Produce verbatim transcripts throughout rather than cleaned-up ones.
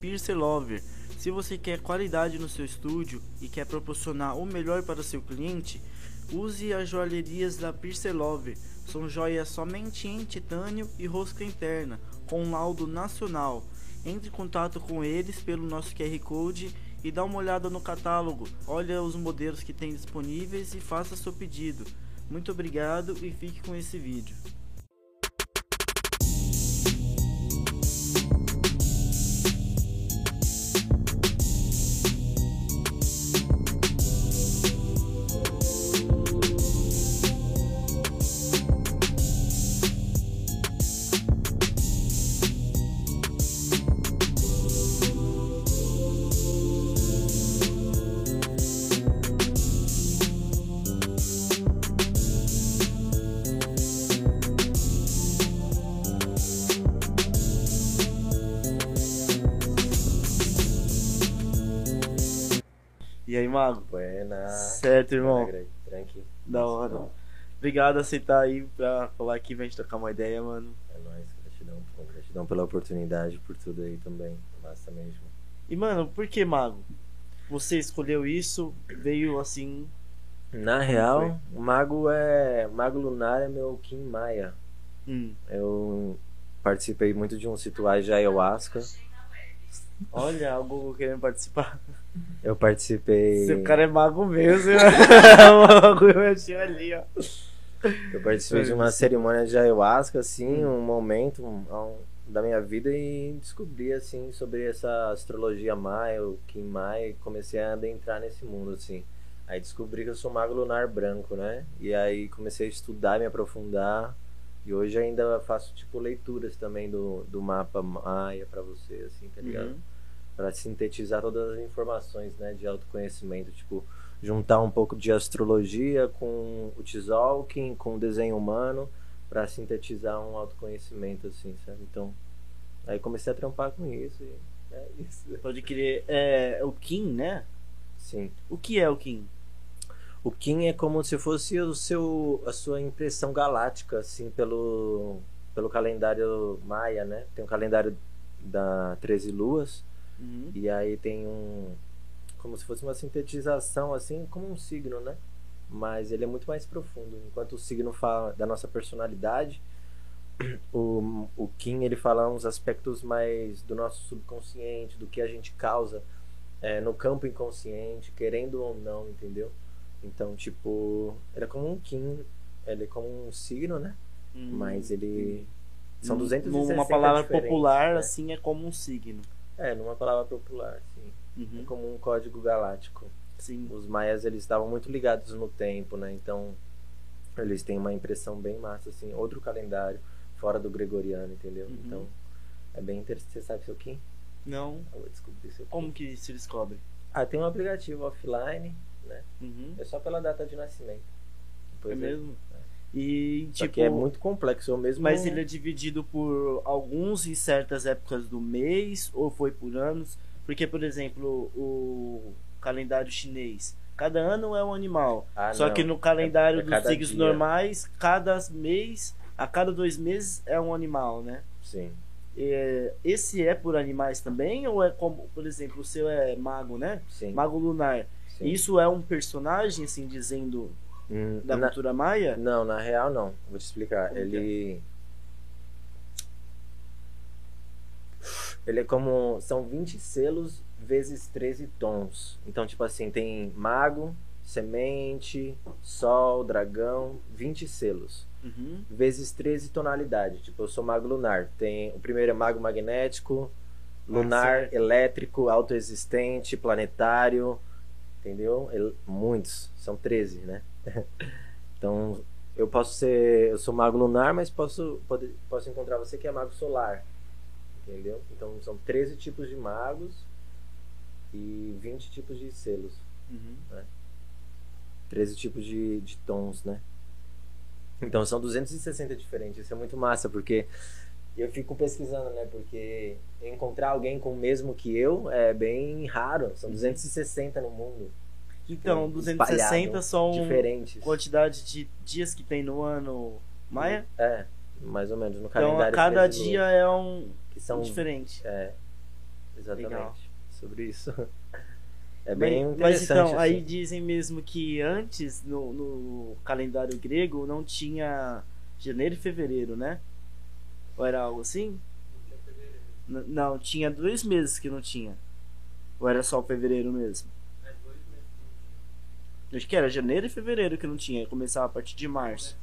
Pierce Lover. Se você quer qualidade no seu estúdio e quer proporcionar o melhor para seu cliente, use as joalherias da Pierce Lover. São joias somente em titânio e rosca interna, com laudo nacional. Entre em contato com eles pelo nosso Q R Code e dá uma olhada no catálogo. Olha os modelos que tem disponíveis e faça seu pedido. Muito obrigado e fique com esse vídeo. E aí, Mago? Buena. Certo, irmão. Tranqui. Da hora. Obrigado por aceitar aí pra falar aqui, pra gente trocar uma ideia, mano. É nóis, gratidão, pô, gratidão pela oportunidade, por tudo aí também. Massa mesmo. E, mano, por que, Mago? Você escolheu isso, veio assim... Na real, o Mago é... Mago Lunar é meu Kim Maia. Hum. Eu participei muito de uns rituais de ayahuasca. Olha, o Google querendo participar. Eu participei... Seu cara é mago mesmo, o Google mexeu ali, ó. Eu participei de uma cerimônia de ayahuasca, assim, um momento um, um, da minha vida e descobri, assim, sobre essa astrologia maia, o Kim Maia, e comecei a adentrar nesse mundo, assim. Aí descobri que eu sou mago lunar branco, né? E aí comecei a estudar, me aprofundar. E hoje ainda faço, tipo, leituras também do, do mapa maia pra você, assim, tá ligado? Uhum. Pra sintetizar todas as informações, né, de autoconhecimento, tipo, juntar um pouco de astrologia com o Tzolk'in, com o desenho humano, pra sintetizar um autoconhecimento, assim, sabe? Então, aí comecei a trampar com isso e é isso. Pode crer. É o Kim, né? Sim. O que é o Kim? O Kim é como se fosse o seu, a sua impressão galáctica, assim, pelo, pelo calendário maia, né? Tem o calendário da treze luas. Uhum. E aí tem um... como se fosse uma sintetização, assim, como um signo, né? Mas ele é muito mais profundo. Enquanto o signo fala da nossa personalidade, o, o Kim, ele fala uns aspectos mais do nosso subconsciente, do que a gente causa é, no campo inconsciente, querendo ou não, entendeu? Então, tipo, ele é como um Kim, ele é como um signo, né? Hum. Mas ele... São duzentos e sessenta Numa palavra diferentes, popular, né? assim, é como um signo. É, numa palavra popular, sim. Uhum. É como um código galáctico. Sim. Os maias, eles estavam muito ligados no tempo, né? Então, eles têm uma impressão bem massa, assim. Outro calendário, fora do gregoriano, entendeu? Uhum. Então, é bem interessante. Você sabe seu Kim? Não. Eu vou descobrir seu Kim. Como que se descobre? Ah, tem um aplicativo offline, né? Uhum. É só pela data de nascimento. Depois É eu- mesmo? E, Só tipo... que é muito complexo, eu mesmo... Mas ele é dividido por alguns em certas épocas do mês ou foi por anos? Porque, por exemplo, o calendário chinês, cada ano é um animal. Ah, Só não. que no calendário É- é dos cada signos dia. normais, cada mês, a cada dois meses é um animal, né? Sim. É, esse é por animais também? Ou é como, por exemplo, o seu é mago, né? Sim. Mago lunar. Sim. Isso é um personagem, assim, dizendo Hum, da na- cultura maia? Não, na real não. Vou te explicar. Como que ele. Ele é como. São vinte selos vezes treze tons. Então, tipo assim, tem mago, semente, sol, dragão, vinte selos. Uhum. Vezes treze tonalidades. Tipo, eu sou mago lunar. Tem, o primeiro é mago magnético, lunar, certo. elétrico, autoexistente, planetário. Entendeu? El- Muitos. São treze, né? Então, eu posso ser... Eu sou mago lunar, mas posso, pode, posso encontrar você que é mago solar. Entendeu? Então, são treze tipos de magos e vinte tipos de selos. Uhum. treze tipos de, de tons, né? Então, são duzentos e sessenta diferentes. Isso é muito massa, porque eu fico pesquisando, né? Porque encontrar alguém com o mesmo que eu é bem raro. São duzentos e sessenta no mundo. Então, Tipo, duzentos e sessenta espalhado, são diferentes. quantidade de dias que tem no ano maia. É, mais ou menos, no Então, calendário. a cada treze dia luas, é um que são diferente. É, Exatamente. Legal. Sobre isso. É bem Mas, interessante. mas então, assim. aí dizem mesmo que antes, no, no calendário grego, não tinha janeiro e fevereiro, né? Ou era algo assim? N- não, tinha dois meses que não tinha. Ou era só o fevereiro mesmo? Acho que era janeiro e fevereiro que não tinha. Começava a partir de março.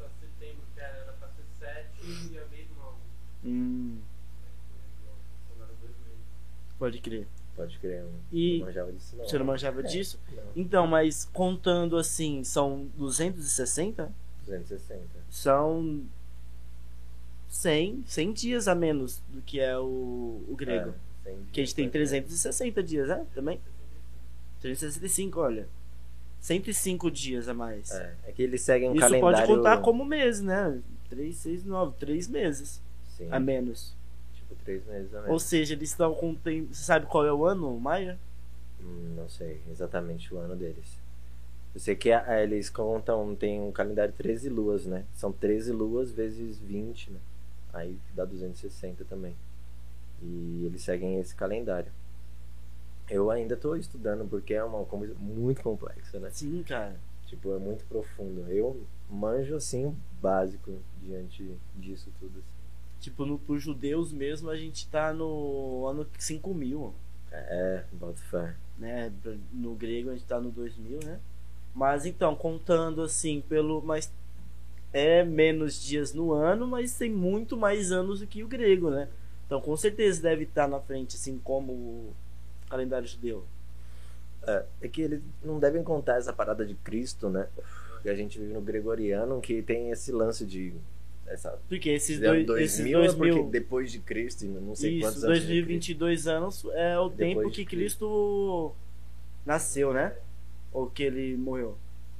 Hum, pode crer. Pode crer. Eu E não manjava disso, não. você não manjava É, disso? não. Então, mas contando assim, são duzentos e sessenta? duzentos e sessenta. São cem, cem dias a menos do que é o, o grego. É, cem Que a gente tem dias, trezentos e sessenta dias, né? Também? trezentos e sessenta e cinco, olha. cento e cinco dias a mais. É, é que eles seguem um Isso calendário. pode contar como mês, né? três, seis, nove, três meses Sim, a menos. tipo três meses a Ou menos. seja, eles estão com tempo. Você sabe qual é o ano, Maia? Hum, não sei exatamente o ano deles. Eu sei que ah, eles contam, tem um calendário de treze luas, né? São treze luas vezes vinte, né? Aí dá duzentos e sessenta também. E eles seguem esse calendário. Eu ainda estou estudando porque é uma coisa muito complexa, né? Sim, cara. Tipo, é muito profundo. Eu manjo assim o básico diante disso tudo. Assim. Tipo, no, por judeus mesmo, a gente tá no ano cinco mil, É, boto fé. né? No grego a gente tá no dois mil, né? Mas então, contando assim, pelo. Mas é menos dias no ano, mas tem muito mais anos do que o grego, né? Então, com certeza deve estar na frente, assim como o calendário judeu. É, é que eles não devem contar essa parada de Cristo, né? Que a gente vive no gregoriano, que tem esse lance de. Essa, Porque esses fizeram dois, esses mil é dois porque mil. depois de Cristo, e não sei Isso, quantos anos. dois mil e vinte e dois anos é o Depois tempo de que Cristo. Cristo nasceu, né? Ou que ele morreu.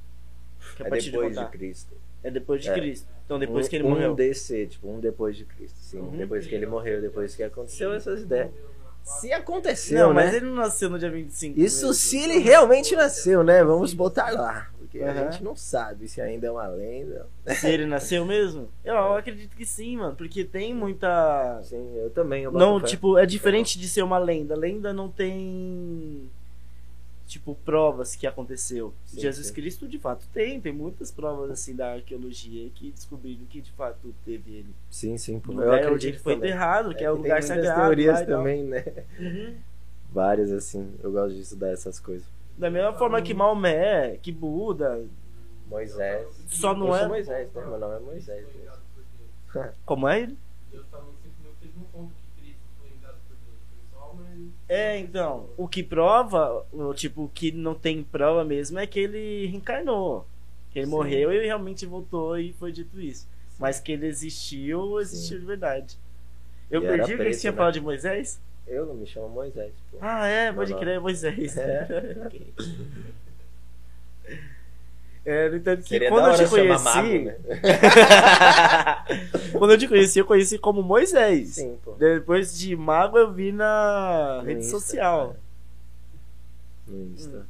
Que É a partir de depois de contar. Cristo. É depois de É. Cristo. Então depois um, que ele um morreu. D C, tipo, um depois de Cristo. Sim, Uhum. depois que ele morreu, depois que aconteceu essas ideias. Se aconteceu, Não, né? mas ele não nasceu no dia vinte e cinco. Isso mesmo. se ele realmente nasceu, né? Vamos botar lá. Porque Aham. a gente não sabe se ainda é uma lenda. Se ele nasceu mesmo? Eu acredito que sim, mano. Porque tem muita. Sim, eu também. Eu boto Não, fé. tipo, é diferente de ser uma lenda. Lenda não tem. Tipo, provas que aconteceu. Sim, Jesus sim. Cristo, de fato, tem. Tem muitas provas, assim, da arqueologia que descobriram que, de fato, teve ele. Sim, sim. Pô, No eu lugar onde acredito ele foi também. enterrado, que é, o que lugar tem muitas sagrado. teorias lá e tal. também, né? Uhum. Várias, assim. Eu gosto de estudar essas coisas. Da mesma forma que Maomé, que Buda. Moisés. Só não eu é- sou Moisés, né? Meu nome é Moisés. Como é ele? Deus estava no cinco mil, fez no ponto que Cristo foi enviado por Deus. Foi só, mas. É, então. O que prova, o tipo, o que não tem prova mesmo é que ele reencarnou. Que ele Sim. morreu e realmente voltou e foi dito isso. Mas que ele existiu, existiu Sim. de verdade. Eu E era perdi o que preto, você tinha né? falado de Moisés? Eu não me chamo Moisés, pô. Ah, é, Meu pode nome. crer, Moisés. É. É, no entanto que Seria quando da eu hora te chamar conheci. mago, né? Quando eu te conheci, eu conheci como Moisés. Sim, pô. Depois de mago, eu vi na No rede Insta, social. é. No Insta.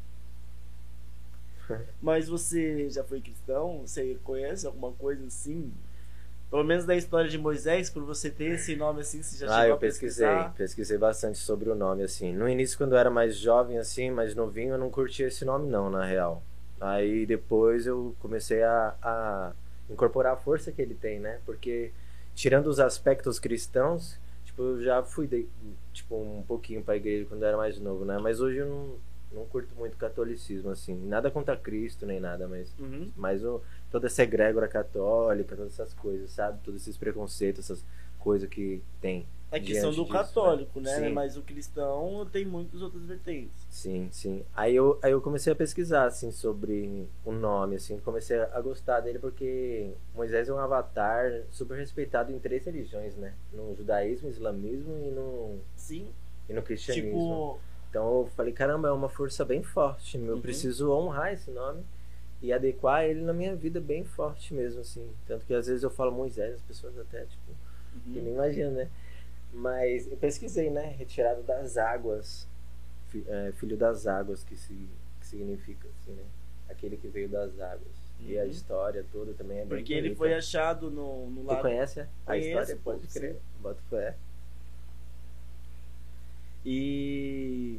Mas você já foi cristão? Você conhece alguma coisa assim? Pelo menos da história de Moisés, por você ter esse nome assim, você já Ah, chegou eu a pesquisei, pesquisar? pesquisei bastante sobre o nome, assim. No início, quando eu era mais jovem, assim, mais novinho, eu não curtia esse nome não, na real. Aí depois eu comecei a, a incorporar a força que ele tem, né? Porque, tirando os aspectos cristãos, tipo, eu já fui, de, tipo, um pouquinho pra igreja quando eu era mais novo, né? Mas hoje eu não, não curto muito catolicismo, assim. Nada contra Cristo, nem nada, mas... Uhum. Mas o, toda essa egrégora católica, todas essas coisas, sabe? Todos esses preconceitos, essas coisas que tem. É questão diante do disso, católico, né? Sim, Mas o cristão tem muitas outras vertentes. sim, sim. Aí eu, aí eu comecei a pesquisar, assim, sobre o nome, assim. Comecei a gostar dele porque Moisés é um avatar super respeitado em três religiões, né? No judaísmo, islamismo e no, Sim. e no cristianismo. Tipo, Então eu falei, caramba, é uma força bem forte. Eu Uhum. preciso honrar esse nome e adequar ele na minha vida bem forte mesmo, assim. Tanto que às vezes eu falo Moisés, as pessoas até, tipo, que uhum. nem imaginam, né? Mas eu pesquisei, né? Retirado das águas, fi- é, filho das águas, que, se, que significa, assim, né? Aquele que veio das águas. E a Uhum. história toda também é bem Porque ele bonita. foi achado no, no Tu lago. conhece a Conheço, história? pô, Pode crer. sim. Bota fé. E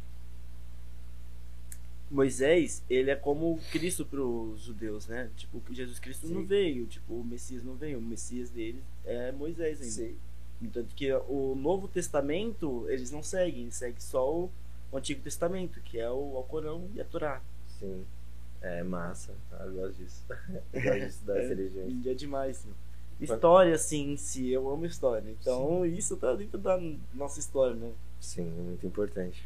Moisés, ele é como Cristo para os judeus, né? Tipo, que Jesus Cristo Sim. não veio, tipo, o Messias não veio, o Messias deles é Moisés ainda. Sim. Tanto que o Novo Testamento, eles não seguem, eles seguem só o, o Antigo Testamento, que é o Alcorão e a Torá. Sim. É massa. Ah, eu gosto disso. Eu gosto disso das religiões. E é demais, meu. História, assim, em si, eu amo história. Então, Sim. isso tá dentro da nossa história, né? Sim, é muito importante.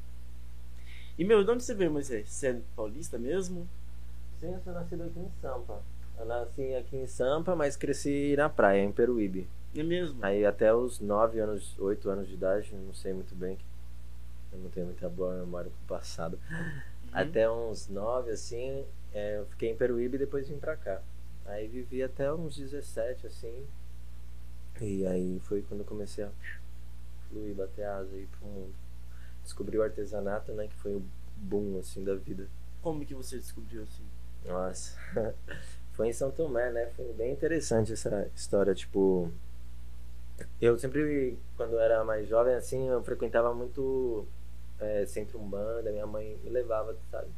E, meu, de onde você veio, Moisés? Você é paulista mesmo? Sim, eu sou nascido aqui em Sampa. Eu nasci aqui em Sampa, mas cresci na praia, em Peruíbe. É mesmo? Aí até os nove anos, oito anos de idade, não sei muito bem. Eu não tenho muita boa memória do passado. Uhum. Até uns nove, assim, é, eu fiquei em Peruíbe e depois vim pra cá. Aí vivi até uns dezessete, assim. E aí foi quando eu comecei a fluir, bater asa aí pro mundo. Descobri o artesanato, né, que foi o boom, assim, da vida. Como que você descobriu, assim? Nossa, foi em São Tomé, né? Foi bem interessante essa história, tipo... Eu sempre, quando eu era mais jovem, assim, eu frequentava muito é, centro Umbanda, minha mãe me levava, sabe?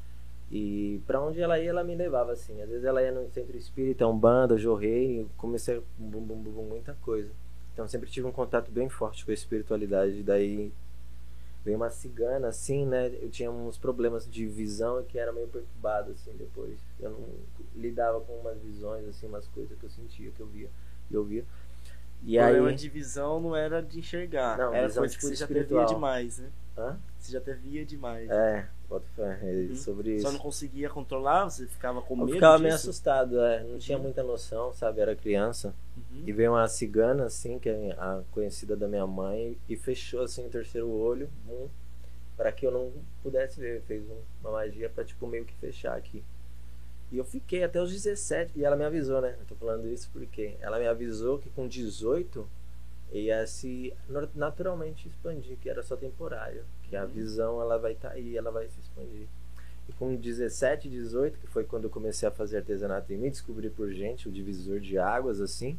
E pra onde ela ia, ela me levava, assim. Às vezes ela ia no centro espírita, Umbanda, Jorrei, e comecei a bum, bum, bum, bum, muita coisa. Então sempre tive um contato bem forte com a espiritualidade, daí... Veio uma cigana, assim, né? Eu tinha uns problemas de visão que era meio perturbado, assim, depois. Eu não lidava com umas visões, assim, umas coisas que eu sentia, que eu via, e eu via. E O problema aí... de visão não era de enxergar. Não, era visão coisa que tipo você já espiritual. até via demais, né? Hã? Você já até via demais. É, bota fé, é Uhum. sobre isso. Só não conseguia controlar, você ficava com medo Eu ficava disso? meio assustado, é. Não tinha Uhum. muita noção, sabe? Era criança. Uhum. E veio uma cigana, assim, que é a conhecida da minha mãe, e fechou, assim, o terceiro olho, um, para que eu não pudesse ver. Fez um- uma magia pra, tipo, meio que fechar aqui. E eu fiquei até os dezessete, e ela me avisou, né? Eu tô falando isso porque ela me avisou que com dezoito ia se no- naturalmente expandir, que era só temporário. Que a Uhum. visão, ela vai estar aí, ela vai se expandir. E com dezessete, dezoito, que foi quando eu comecei a fazer artesanato e me descobri por gente, o divisor de águas, assim,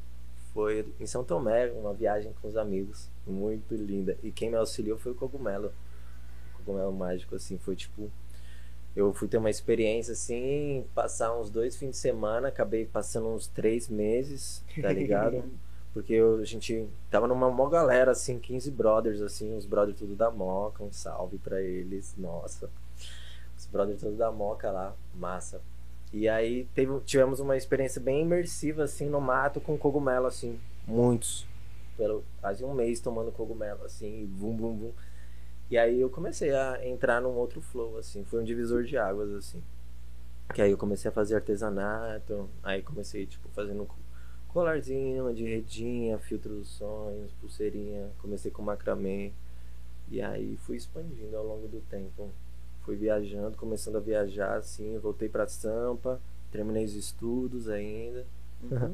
foi em São Tomé, uma viagem com os amigos, muito linda. E quem me auxiliou foi o cogumelo, o cogumelo mágico, assim, foi tipo... Eu fui ter uma experiência, assim, passar uns dois fins de semana, acabei passando uns três meses, tá ligado? Porque eu- a gente tava numa mó galera, assim, quinze brothers, assim, os brothers tudo da Moca, um salve pra eles, nossa. Os brothers todos da Moca lá, massa. E aí teve, tivemos uma experiência bem imersiva, assim, no mato com cogumelo, assim, muitos. Pelo, quase um mês tomando cogumelo, assim, e vum, vum, vum. E aí eu comecei a entrar num outro flow, assim, foi um divisor de águas, assim. Que aí eu comecei a fazer artesanato, aí comecei, tipo, fazendo co- colarzinho de redinha, filtro dos sonhos, pulseirinha, comecei com macramê. E aí fui expandindo ao longo do tempo. Fui viajando, começando a viajar, assim, voltei pra Sampa, terminei os estudos ainda. Uhum.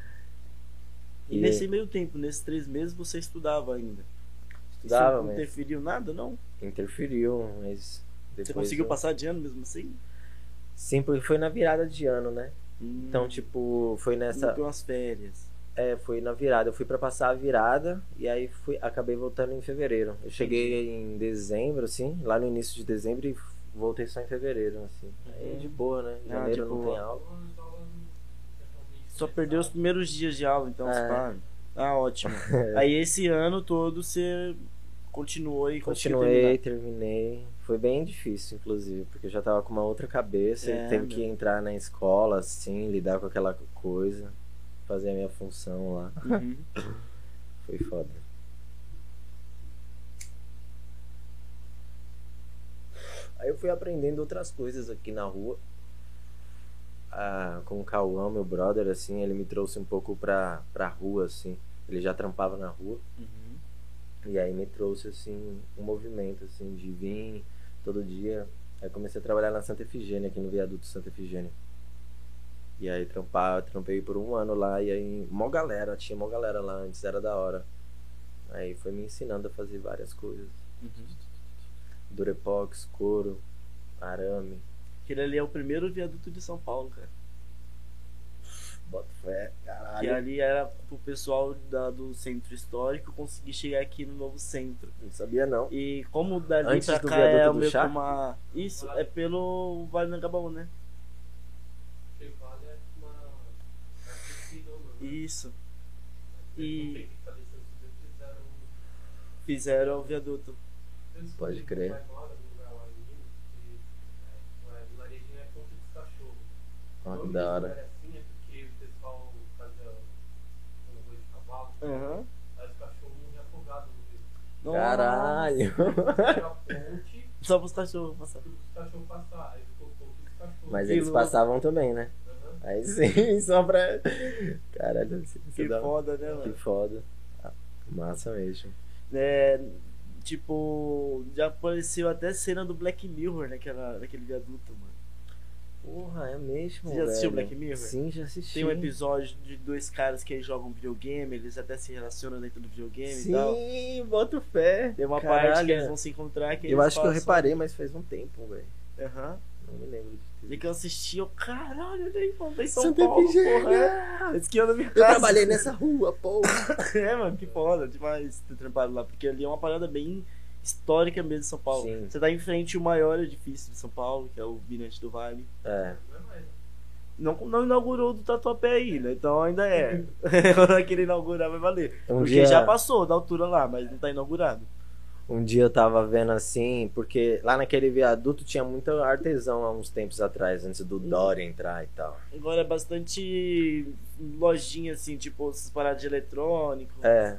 E, E- nesse meio tempo, nesses três meses, você estudava ainda? Estudava, Isso não mas interferiu nada, não? interferiu, mas Você depois conseguiu eu- passar de ano mesmo assim? Sim, porque foi na virada de ano, né? Hum, Então, tipo, foi nessa... não deu umas férias. É, foi na virada. Eu fui pra passar a virada e aí fui, acabei voltando em fevereiro. Eu cheguei em dezembro, assim, lá no início de dezembro e voltei só em fevereiro, assim. Aí Uhum. de boa, né? Em Ah, janeiro de não boa. tem aula. As aulas realmente Só perdeu os começaram. primeiros dias de aula, então, É. se pá. Ah, ótimo. Aí esse ano todo você continuou e conseguiu Continuei, terminar. terminei. Foi bem difícil, inclusive, porque eu já tava com uma outra cabeça É, e teve que meu. entrar na escola, assim, lidar com aquela coisa, fazer a minha função lá. Uhum. Foi foda. Aí eu fui aprendendo outras coisas aqui na rua. Ah, com o Cauã, meu brother, assim, ele me trouxe um pouco pra, pra rua, assim. Ele já trampava na rua. Uhum. E aí me trouxe, assim, um movimento, assim, de vir todo dia. Aí comecei a trabalhar na Santa Efigênia, aqui no viaduto Santa Efigênia. E aí trampar, trampei por um ano lá. E aí, mó galera, tinha mó galera lá antes, era da hora. Aí foi me ensinando a fazer várias coisas. Uhum. Durepox, couro, arame. Aquele ali é o primeiro viaduto de São Paulo, cara. Bota fé, Que caralho. ali era pro pessoal da, do centro histórico conseguir chegar aqui no novo centro. Não sabia não. E como dali Antes pra do cá viaduto é do meio que chá? uma. Isso, é pelo Vale do Anhangabaú, né? Porque vale é uma. É possível, né? Isso. Eles E- não tem que ficar deixando subir, fizeram. Fizeram o viaduto. Eles Pode descobriram que crer. meu pai mora num lugar lá em Minas que é, é, vilarejinho é ponte dos cachorros. Ó, que Nome da desse hora. lugar é assim é porque o pessoal fazia quando foi de cavalo, Aham. aí os cachorros morriam afogados no rio. Caralho. Fizeram a ponte Só pros cachorros passar. para os cachorros passar, aí ficou ponte dos cachorros. Mas Que eles louco. passavam também, né? Aham. Aí sim, só pra. Caralho, isso Que dá- foda, né, Que mano? foda. Ah, massa mesmo. É, tipo, já apareceu até cena do Black Mirror naquela, naquele viaduto, mano. Porra, é mesmo. Você já assistiu velho. Black Mirror? Sim, já assisti. Tem um episódio de dois caras que jogam videogame, eles até se relacionam dentro do videogame e tal. Sim, boto fé. Tem uma Caralho. parte que eles vão se encontrar que Eu eles acho que eu passam- reparei, mas faz um tempo, velho. Aham. Não me lembro de E ter. que eu assisti, eu, caralho, olha aí, mano, tá em São Santa Paulo, porra. Efigênia! É. Esse que eu na minha Eu casa. trabalhei nessa rua, porra. É, mano, que foda demais ter trampado lá, porque ali é uma parada bem histórica mesmo de São Paulo. Sim. Você tá em frente ao maior edifício de São Paulo, que é o Mirante do Vale. É. Não é mais. Não, não inaugurou o do Tatuapé ainda, então ainda é. Quando aquele inaugurar vai valer. Um Porque dia- já passou da altura lá, mas não tá inaugurado. Um dia eu tava vendo assim, porque lá naquele viaduto tinha muito artesão há uns tempos atrás, antes do Dória entrar e tal. Agora é bastante lojinha assim, tipo, essas paradas de eletrônico. É.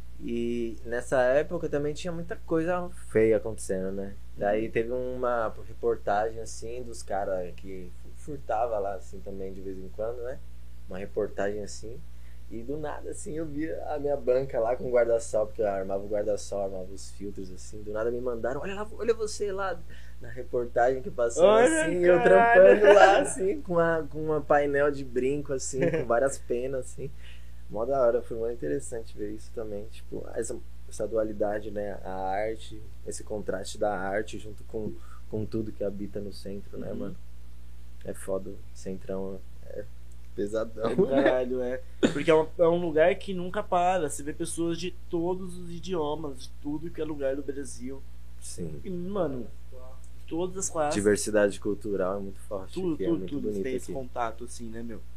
E nessa época também tinha muita coisa feia acontecendo, né? Daí teve uma reportagem assim dos caras que furtava lá assim também de vez em quando, né? Uma reportagem assim. E do nada assim eu via a minha banca lá com o guarda-sol, porque eu armava o guarda-sol, armava os filtros assim. Do nada me mandaram, olha lá, olha você lá na reportagem que passou Olha, assim, eu caralho. trampando lá assim, com uma, com uma painel de brinco assim, com várias penas assim. Mó da hora, foi muito interessante ver isso também, tipo, essa, essa dualidade, né, a arte, esse contraste da arte junto com, com tudo que habita no centro, né, Uhum. mano? É foda, o centrão é pesadão. Caralho, é. Porque é um, é um lugar que nunca para. Você vê pessoas de todos os idiomas, de tudo que é lugar do Brasil. Sim. E, mano, todas as classes. Diversidade cultural é muito forte Tudo, aqui, é tudo, muito tudo. Você bonito tem esse aqui. contato, assim, né, meu?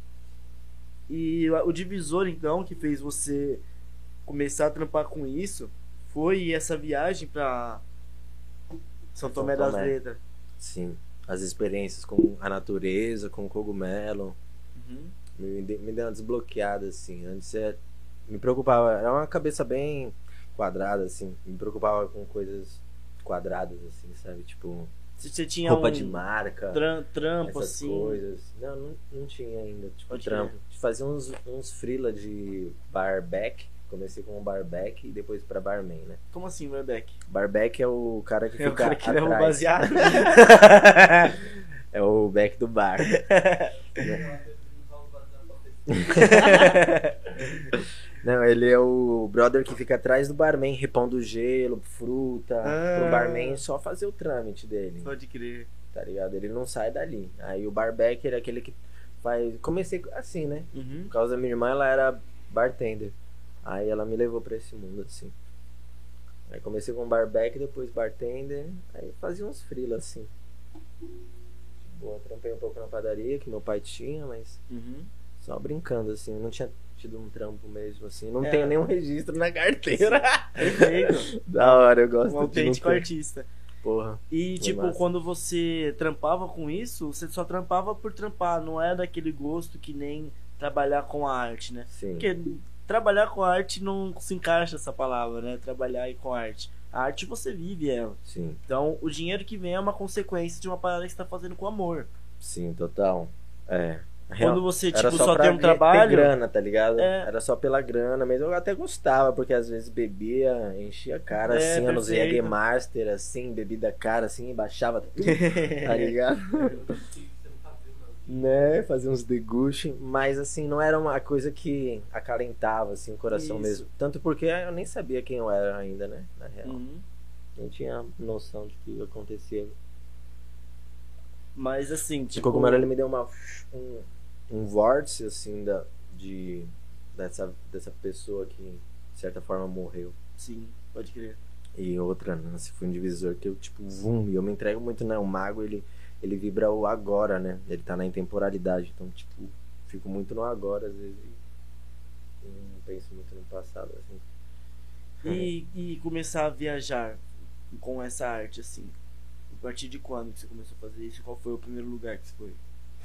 E o divisor, então, que fez você começar a trampar com isso foi essa viagem pra São Tomé São das Tomé. Letras. Sim, as experiências com a natureza, com o cogumelo, Uhum. me, de- me deu uma desbloqueada, assim. Antes é, me preocupava, era uma cabeça bem quadrada, assim. Me preocupava com coisas quadradas, assim, sabe? Tipo, Se você tinha roupa um de marca, tram- trampo, essas assim. coisas. Não, não, não tinha ainda, tipo, Pode trampo. crer. Fazia uns, uns freela de barback. Comecei com um barback e depois pra barman, né? Como assim, Verbeck? Barback é o cara que É o fica cara que leva o atrás. baseado. É o back do bar. Não, ele é o brother que fica atrás do barman, repondo gelo, fruta, Ah. pro barman só fazer o trâmite dele, Pode crer. tá ligado? Ele não sai dali. Aí o barbacker é aquele que faz... Comecei assim, né? Uhum. Por causa da minha irmã, ela era bartender. Aí ela me levou pra esse mundo, assim. Aí comecei com barback, depois bartender, aí fazia uns freela, assim. Boa, trampei um pouco na padaria, que meu pai tinha, mas... Uhum. Só brincando, assim, não tinha tido um trampo mesmo, assim. Não É. tenho nenhum registro na carteira. Perfeito. Da hora, eu gosto Um de autêntico não ter. artista. Porra. E, Foi tipo, massa. quando você trampava com isso, você só trampava por trampar, não é daquele gosto que nem trabalhar com a arte, né? Sim. Porque trabalhar com arte não se encaixa essa palavra, né? Trabalhar com arte. A arte você vive ela. Sim, Então, o dinheiro que vem é uma consequência de uma parada que você tá fazendo com amor. sim, total. É. Quando você, Era tipo, só, pra tem um ter trabalho... grana, tá ligado? É. Era só pela grana mesmo. Eu até gostava, porque às vezes bebia, enchia a cara, É, assim, nos perfeito. Jägermaster, assim, bebida cara, assim, e baixava tudo, tá ligado? Né, fazia uns deguste, mas assim, não era uma coisa que acalentava assim o coração Isso. mesmo. Tanto porque eu nem sabia quem eu era ainda, né, na real. Uhum. Nem tinha noção de que acontecia. Mas, assim, O tipo... cogumelo ele me deu uma um, um vórtice, assim, da, de, dessa, dessa pessoa que, de certa forma, morreu. Sim, pode crer. E outra, né, se foi um divisor que eu, tipo, vum, e eu me entrego muito, né? O mago, ele, ele vibra o agora, né? Ele tá na intemporalidade, então, tipo, fico muito no agora, às vezes, e não penso muito no passado, assim. E, e começar a viajar com essa arte, assim. A partir de quando que você começou a fazer isso? Qual foi o primeiro lugar que você foi?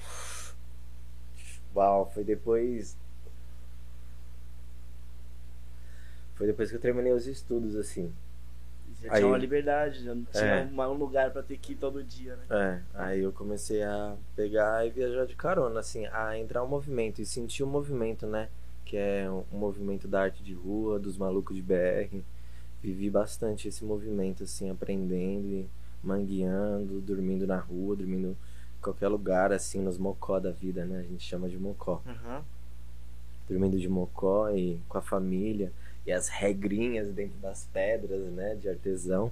Uau, foi depois... Foi depois que eu terminei os estudos, assim. Já Aí- tinha uma liberdade, já não tinha É. uma- um lugar pra ter que ir todo dia, né? É, aí eu comecei a pegar e viajar de carona, assim, a entrar no movimento e sentir o movimento, né? Que é um um movimento da arte de rua, dos malucos de B R. Vivi bastante esse movimento, assim, aprendendo e mangueando, dormindo na rua, dormindo em qualquer lugar, assim, nos mocó da vida, né? A gente chama de mocó. Aham. Dormindo de mocó e com a família e as regrinhas dentro das pedras, né, de artesão.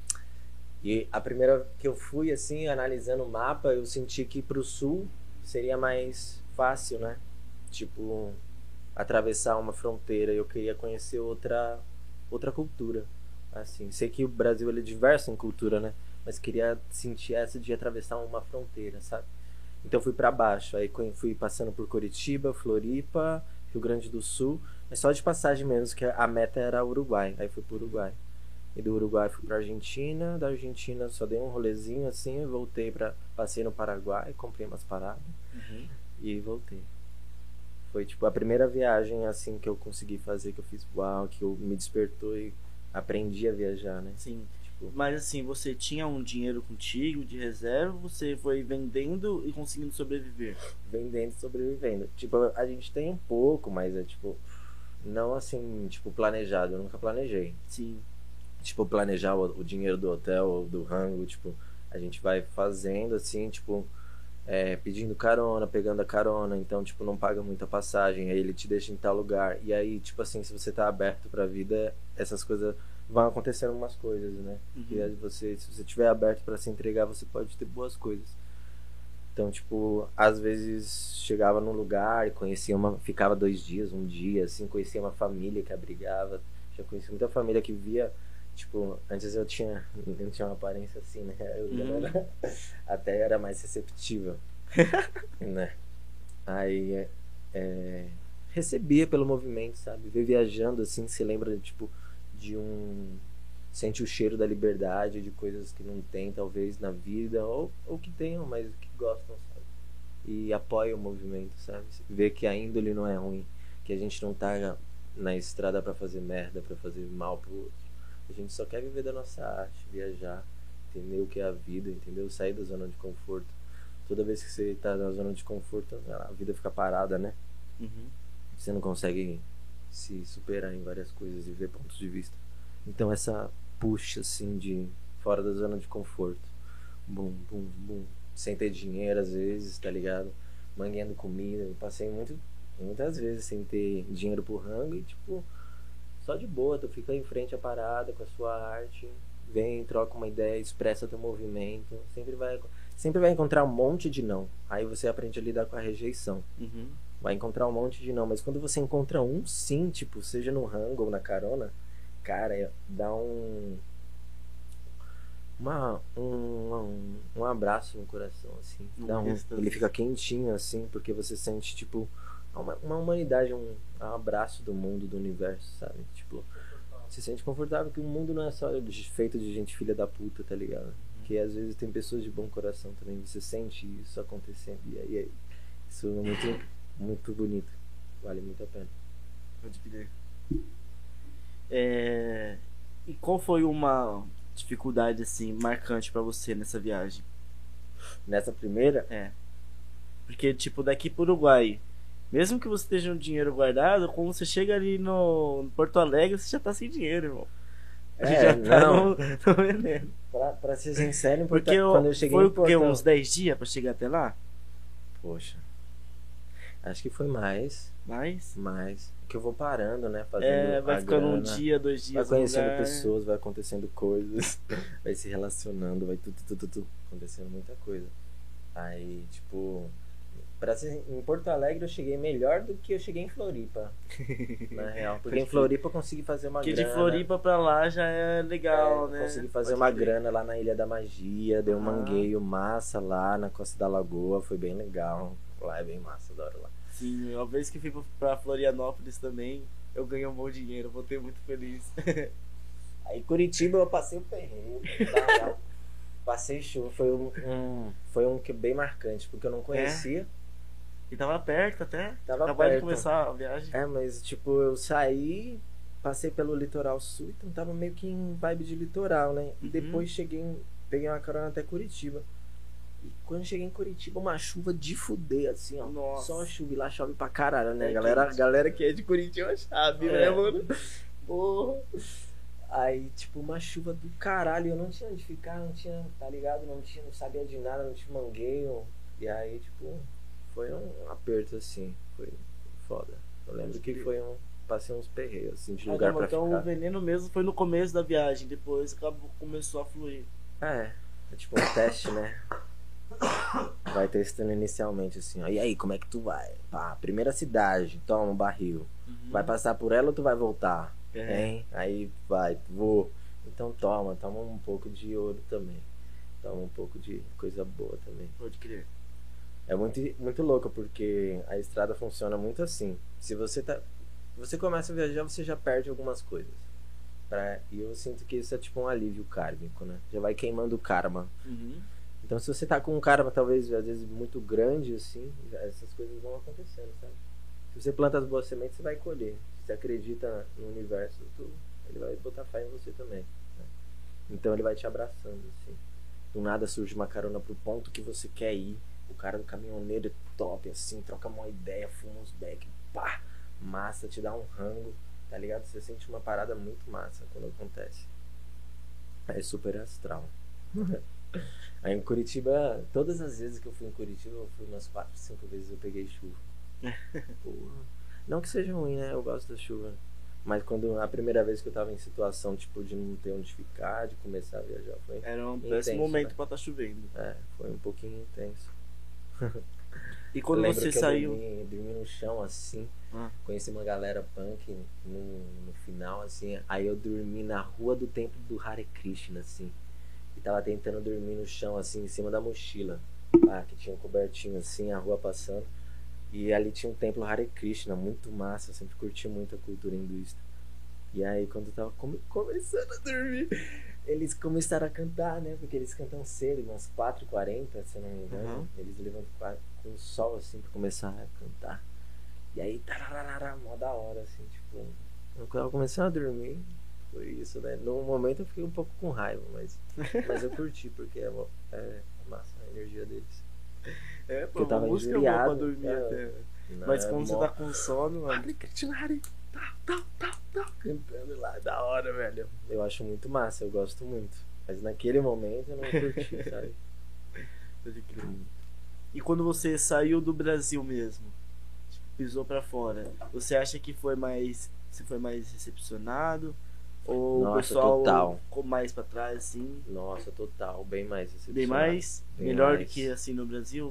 E a primeira que eu fui, assim, analisando o mapa, eu senti que pro sul seria mais fácil, né? Tipo, atravessar uma fronteira. Eu queria conhecer outra outra cultura, assim. Sei que o Brasil ele é diverso em cultura, né? Mas queria sentir essa de atravessar uma fronteira, sabe? Então fui pra baixo, aí fui passando por Curitiba, Floripa, Rio Grande do Sul, mas só de passagem mesmo, que a meta era Uruguai. Aí fui pro Uruguai. E do Uruguai fui pra Argentina, da Argentina só dei um rolezinho assim, e voltei pra. Passei no Paraguai, comprei umas paradas Uhum. e voltei. Foi tipo a primeira viagem assim que eu consegui fazer, que eu fiz uau, que eu me despertou e aprendi a viajar, né? Sim. Tipo, Mas assim, você tinha um dinheiro contigo de reserva, você foi vendendo e conseguindo sobreviver? vendendo e sobrevivendo. Tipo, a gente tem um pouco, mas é tipo. Não assim, tipo, planejado. Eu nunca planejei. Sim. Tipo, planejar o, o dinheiro do hotel ou do rango, tipo, a gente vai fazendo assim, tipo, é, pedindo carona, pegando a carona, então, tipo, não paga muita passagem, aí ele te deixa em tal lugar. E aí, tipo assim, se você tá aberto pra vida, essas coisas vão acontecendo umas coisas, né? Uhum. Que aí você, se você tiver aberto pra se entregar, você pode ter boas coisas. Então, tipo, às vezes chegava num lugar e conhecia uma. Ficava dois dias, um dia, assim, conhecia uma família que abrigava. Já conheci muita família que via. Tipo, antes eu tinha. Eu tinha uma aparência assim, né? Eu Uhum. era- até era mais receptível. Né? Aí é, é, recebia pelo movimento, sabe? Ver viajando assim, se lembra, tipo, de um. Sente o cheiro da liberdade, de coisas que não tem, talvez, na vida, ou, ou que tenham, mas que gostam, sabe? E apoia o movimento, sabe? Vê que a índole não é ruim, que a gente não tá na estrada pra fazer merda, pra fazer mal pro outro. A gente só quer viver da nossa arte, viajar, entender o que é a vida, entendeu? Sair da zona de conforto. Toda vez que você tá na zona de conforto, a vida fica parada, né? Uhum. Você não consegue se superar em várias coisas e ver pontos de vista. Então essa puxa assim de fora da zona de conforto. Bum, bum, bum. Sem ter dinheiro às vezes, tá ligado? Mangueando comida. Eu passei muito, muitas vezes sem ter dinheiro pro rango e tipo, só de boa, tu fica em frente à parada com a sua arte, vem, troca uma ideia, expressa teu movimento. Sempre vai, sempre vai encontrar um monte de não. Aí você aprende a lidar com a rejeição. Uhum. Vai encontrar um monte de não, mas quando você encontra um sim, tipo, seja no rango ou na carona, cara, é- dá um uma, um, um, um abraço no coração, assim. Um Dá um, êxtase. ele fica quentinho, assim, porque você sente, tipo, uma, uma humanidade, um, um abraço do mundo, do universo, sabe? Tipo, se sente confortável que o mundo não é só de- feito de gente filha da puta, tá ligado? Que às vezes tem pessoas de bom coração também, você sente isso acontecendo, e aí, aí isso é muito, muito bonito, vale muito a pena. Pode crer. É... E qual foi uma dificuldade assim marcante pra você nessa viagem? Nessa primeira, É. Porque tipo daqui pro Uruguai, mesmo que você esteja um dinheiro guardado, quando você chega ali no Porto Alegre, você já tá sem dinheiro, irmão. Você É, já tá não. no, no veneno. pra, pra ser sincero, Porque importa- eu, quando eu cheguei foi em o quê? Porto... Uns dez dias pra chegar até lá? Poxa, acho que foi mais, Mas mais, que eu vou parando, né, fazendo é, vai a ficando um grana, dia, dois vai dias no conhecendo lugar. pessoas, vai acontecendo coisas, vai se relacionando, vai tudo, tudo, tudo, tudo, acontecendo muita coisa. Aí, tipo, Pra ser, em Porto Alegre eu cheguei melhor do que eu cheguei em Floripa, na real. Porque em Floripa eu consegui fazer uma Porque grana. de Floripa pra lá já é legal, é, né? Consegui fazer Pode uma crer. grana lá na Ilha da Magia, dei um Aham. mangueio massa lá na Costa da Lagoa, foi bem legal. Lá é bem massa, adoro lá. Sim, uma vez que fui pra Florianópolis também, eu ganhei um bom dinheiro, voltei muito feliz. Aí Curitiba eu passei o perrengue, na real. Passei chuva, foi um, um- foi um que bem marcante, porque eu não conhecia. E tava perto até. Tava Acabou de perto. começar a viagem. É, mas tipo, eu saí, passei pelo litoral sul, então tava meio que em vibe de litoral, né? E Uhum. depois cheguei, em- peguei uma carona até Curitiba. E quando cheguei em Curitiba, uma chuva de fuder, assim, ó. Nossa. Só chuva, e lá chove pra caralho, né? É galera, quente. galera que é de Curitiba sabe, É. né, mano? Porra. Aí, tipo, uma chuva do caralho, eu não tinha onde ficar, não tinha, tá ligado? Não tinha, não sabia de nada, não tinha mangueio. E aí, tipo, foi um aperto, assim, foi foda. Eu lembro que foi um, passei uns perreios, assim, de lugar Caramba, pra então ficar. o veneno mesmo foi no começo da viagem, depois acabou, começou a fluir. É, é tipo um teste, né? Vai testando inicialmente, assim, ó. E aí, como é que tu vai? Pá, primeira cidade, toma um barril. Uhum. Vai passar por ela ou tu vai voltar? É. Hein? Aí vai, vou. Então toma, toma um pouco de ouro também. Toma um pouco de coisa boa também. Pode crer. É muito, muito louco, porque a estrada funciona muito assim. Se você tá. Você começa a viajar, você já perde algumas coisas. Pra, e eu sinto que isso é tipo um alívio kármico, né? Já vai queimando o karma. Uhum. Então se você tá com um karma talvez às vezes muito grande, assim, já- essas coisas vão acontecendo, sabe? Se você planta as boas sementes, você vai colher. Se você acredita no universo, tu, ele vai botar fé em você também, né? Então ele vai te abraçando, assim. Do nada surge uma carona pro ponto que você quer ir. O cara do caminhoneiro é top, assim, troca uma ideia, fuma uns beck, pá, massa, te dá um rango, tá ligado? Você sente uma parada muito massa quando acontece. É super astral. Aí em Curitiba, todas as vezes que eu fui em Curitiba, eu fui umas quatro, cinco vezes eu peguei chuva. Porra. Não que seja ruim, né? Eu gosto da chuva. Mas quando a primeira vez que eu tava em situação, tipo, de não ter onde ficar, de começar a viajar, foi. Era um Intenso, péssimo momento né? pra estar chovendo. É, foi um pouquinho intenso. E quando Eu lembro você que eu saiu. dormi, dormi no chão assim. Ah. Conheci uma galera punk no, no final, assim. Aí eu dormi na rua do templo do Hare Krishna, assim. E tava tentando dormir no chão, assim, em cima da mochila. Ah, que tinha um cobertinho assim, a rua passando. E ali tinha um templo Hare Krishna, muito massa. Eu sempre curti muito a cultura hinduísta. E aí, quando eu tava come- começando a dormir, eles começaram a cantar, né? Porque eles cantam cedo, umas quatro e quarenta, se eu não me engano. Uhum. Eles levantam qua- com o sol, assim, pra começar a cantar. E aí, tararara, mó da hora, assim, tipo... Eu tava começando a dormir, foi isso, né? No momento eu fiquei um pouco com raiva, mas, mas eu curti, porque é, mo- é massa a energia deles. É, Porque pô, eu tava música é boa pra injuriado, dormir é. até. Não, Mas é quando você mó- tá com sono, mano. Hare Krishna, Hare, tá, tá, tá, tá, cantando lá, da hora, velho. Eu acho muito massa, eu gosto muito. Mas naquele momento eu não curti, sabe? Pode crer. E quando você saiu do Brasil mesmo, tipo, pisou pra fora, você acha que foi mais. Você foi mais recepcionado? Ou o Nossa, pessoal total. ficou mais pra trás, assim? Nossa, total, bem mais Bem decepcionado. mais? Bem Melhor mais. do que assim no Brasil?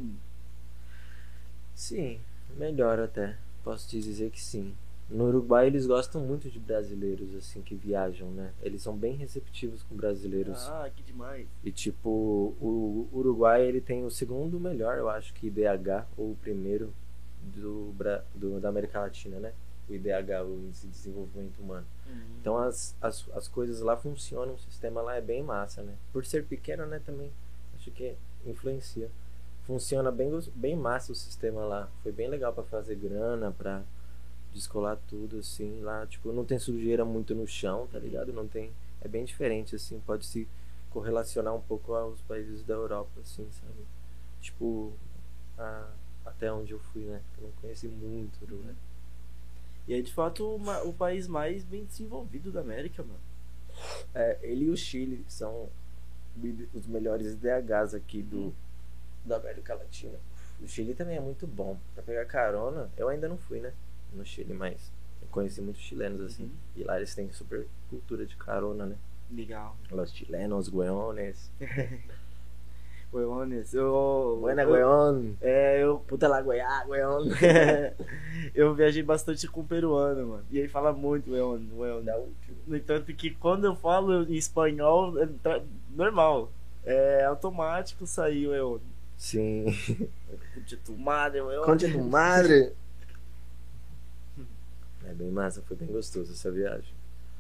Sim, melhor até. Posso te dizer que sim. No Uruguai eles gostam muito de brasileiros assim que viajam, né? Eles são bem receptivos com brasileiros. Ah, que demais. E tipo, o Uruguai ele tem o segundo melhor, eu acho que I D H, ou o primeiro do, Bra- do da América Latina, né? O I D H, o Índice de Desenvolvimento Humano. Uhum. Então as, as, as coisas lá funcionam, o sistema lá é bem massa, né? Por ser pequeno, né, também, acho que influencia. Funciona bem, gos- bem massa o sistema lá. Foi bem legal pra fazer grana, pra descolar tudo, assim, lá, tipo, não tem sujeira muito no chão, tá ligado? Não tem, é bem diferente, assim, pode se correlacionar um pouco aos países da Europa, assim, sabe? Tipo, a, até onde eu fui, né? Eu não conheci muito o Uruguai. E é de fato uma- o país mais bem desenvolvido da América, mano. É, ele e o Chile são os melhores I D Hs aqui do, da América Latina. O Chile também é muito bom. Pra pegar carona, eu ainda não fui, né? No Chile, mas eu conheci muitos chilenos assim. Uhum. E lá eles têm super cultura de carona, né? Legal. Los chilenos, güeyones. Weones. Eu, Buena, eu, weón. é, eu, Puta la weá, weón. eu viajei bastante com o peruano, mano. E ele fala muito weon, weon. No entanto que quando eu falo em espanhol, é tá normal. É automático sair weon. Sim. De tu madre, weon. Conte tu madre. É bem massa, foi bem gostoso essa viagem.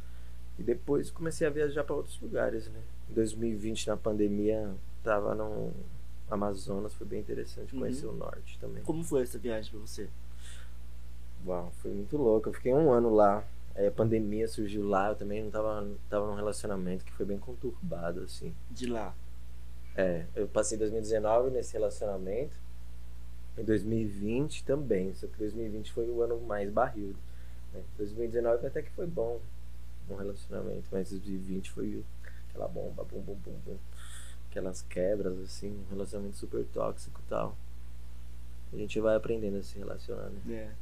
E depois comecei a viajar para outros lugares, né? Em dois mil e vinte, na pandemia, tava no Amazonas, foi bem interessante conhecer Uhum. o norte também. Como foi essa viagem pra você? Uau, foi muito louco. Eu fiquei um ano lá. Aí a pandemia surgiu lá, eu também não tava, tava num relacionamento que foi bem conturbado, assim. De lá. É, eu passei dois mil e dezenove nesse relacionamento. Em dois mil e vinte também, só que dois mil e vinte foi o ano mais barril, né? dois mil e dezenove até que foi bom no relacionamento, mas dois mil e vinte foi aquela bomba, bum, bum, bum, bum. Aquelas quebras, assim, um relacionamento super tóxico e tal. A gente vai aprendendo a se relacionar, né? É.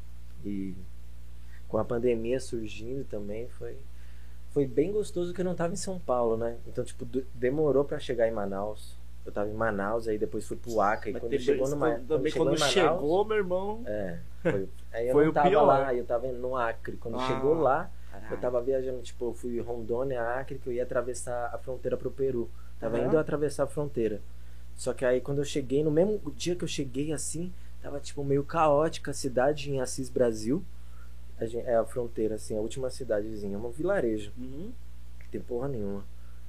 E com a pandemia surgindo também, foi, foi bem gostoso que eu não tava em São Paulo, né? Então, tipo, de- demorou pra chegar em Manaus. Eu tava em Manaus, aí depois fui pro Acre. E Mas quando teve- chegou numa, também quando chegou quando em Manaus, chegou, meu irmão. é, foi, aí eu Foi não o tava pior. lá, eu tava no Acre. Quando Ah, chegou lá, caralho. eu tava viajando, tipo, eu fui Rondônia, Acre, que eu ia atravessar a fronteira pro Peru. Tava Aham. indo atravessar a fronteira. Só que aí quando eu cheguei, no mesmo dia que eu cheguei assim, tava tipo meio caótica a cidade em Assis, Brasil. A gen- é a fronteira, assim, a última cidadezinha, um vilarejo, Uhum. que tem porra nenhuma.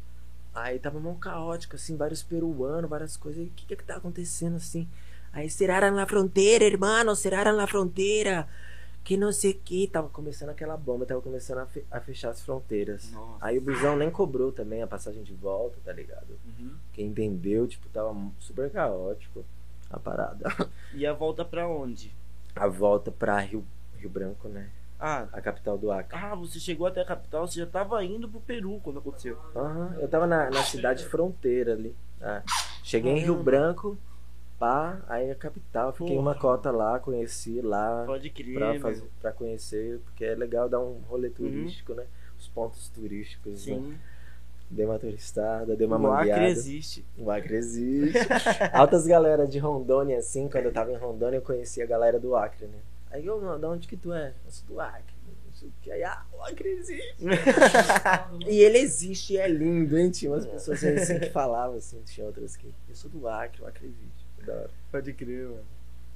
Aí tava mó caótica, assim, vários peruanos, várias coisas. E o que que é que tá acontecendo assim? Aí, cerraram na fronteira, hermano, cerraram na fronteira. Que não sei o que. Tava começando aquela bomba, tava começando a, fe- a fechar as fronteiras. Nossa. Aí o busão nem cobrou também a passagem de volta, tá ligado? Uhum. Quem entendeu, tipo, tava super caótico a parada. E a volta pra onde? A volta pra Rio, Rio Branco, né? Ah, A capital do Acre. ah, você chegou até a capital, você já tava indo pro Peru quando aconteceu. Aham, eu tava na, na cidade fronteira ali. Tá? Cheguei em Rio Caramba. Branco, pá, aí a capital. Fiquei Porra. uma cota lá, conheci lá Pode crer, pra, meu. fazer, pra conhecer, porque é legal dar um rolê turístico, né? Os pontos turísticos, né? Sim. Dei uma turistada, dei uma O Acre mangueada. existe. O Acre existe. Altas galera de Rondônia, assim, quando eu tava em Rondônia, eu conhecia a galera do Acre, né? Aí eu, mano, da onde que tu é? Eu sou do Acre. Não sei o que. Aí, ah, o Acre existe. E ele existe e é lindo, hein? Tinha umas pessoas assim que falavam, assim, tinha outras que. Eu sou do Acre, o Acre existe. Da hora. Pode crer, mano.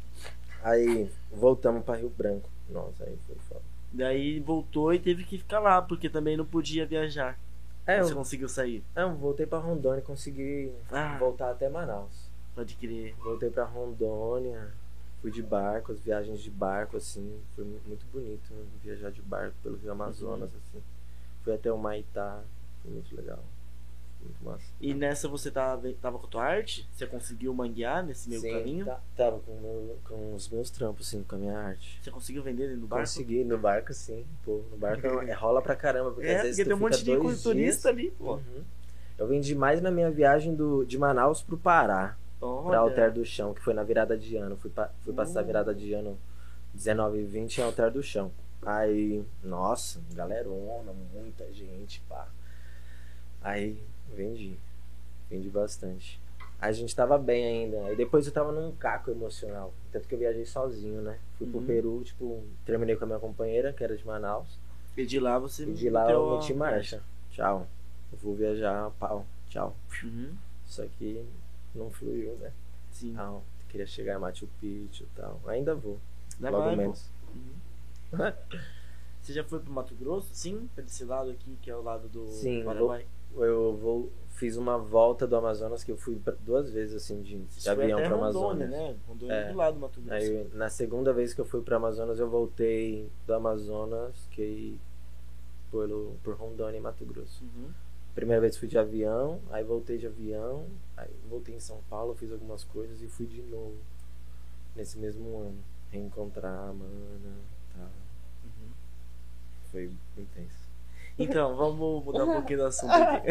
Aí voltamos pra Rio Branco. Nossa, aí foi foda. Daí voltou e teve que ficar lá, porque também não podia viajar. É, Você eu, conseguiu sair. é, eu voltei pra Rondônia e consegui Ah. voltar até Manaus. Pode crer. Voltei pra Rondônia, fui de barco, as viagens de barco, assim, foi mu- muito bonito, né? Viajar de barco pelo Rio Amazonas, assim. Fui até o Maitá, foi muito legal, muito massa. E nessa você tava, tava com a tua arte? Você conseguiu manguear nesse meio Sim, caminho? tá- tava com, o meu- com os meus trampos, assim, com a minha arte. Você conseguiu vender dentro do barco? Consegui, no barco sim, pô, no barco é, rola pra caramba, porque É, às vezes porque tu tem um fica monte de dois turista dias. ali, pô. Uhum. Eu vendi mais na minha viagem do, de Manaus pro Pará. Pra Alter do Chão, que foi na virada de ano. Fui, pa- fui passar a Hum. virada de ano dezenove e vinte em Alter do Chão. Aí, nossa, galerona, muita gente, pá. Aí, vendi. Vendi bastante. Aí a gente tava bem ainda. Aí depois eu tava num caco emocional. Tanto que eu viajei sozinho, né? Fui pro Uhum. Peru, tipo, terminei com a minha companheira, que era de Manaus. E de lá você E de lá meteu eu a- meti marcha. Tchau. Eu vou viajar, pau. Tchau. Uhum. Só que não fluiu, né? Sim. Tal. Queria chegar em Machu Picchu e tal. Ainda vou. Dá logo vai, pô. menos. Uhum. Você já foi pro Mato Grosso? Sim, pra esse lado aqui, que é o lado do Sim, Paraguai. Eu vou. Fiz uma volta do Amazonas que eu fui pra- duas vezes assim de, de Você foi avião até para Rondônia, Amazonas. né? Rondônia É. do lado do Mato Grosso. Aí na segunda vez que eu fui para Amazonas eu voltei do Amazonas que ir pelo por Rondônia e Mato Grosso. Uhum. Primeira vez fui de avião, aí voltei de avião, aí voltei em São Paulo, fiz algumas coisas e fui de novo nesse mesmo ano reencontrar a mana, tá? Uhum. Foi intenso. Então, vamos mudar um pouquinho do assunto aqui.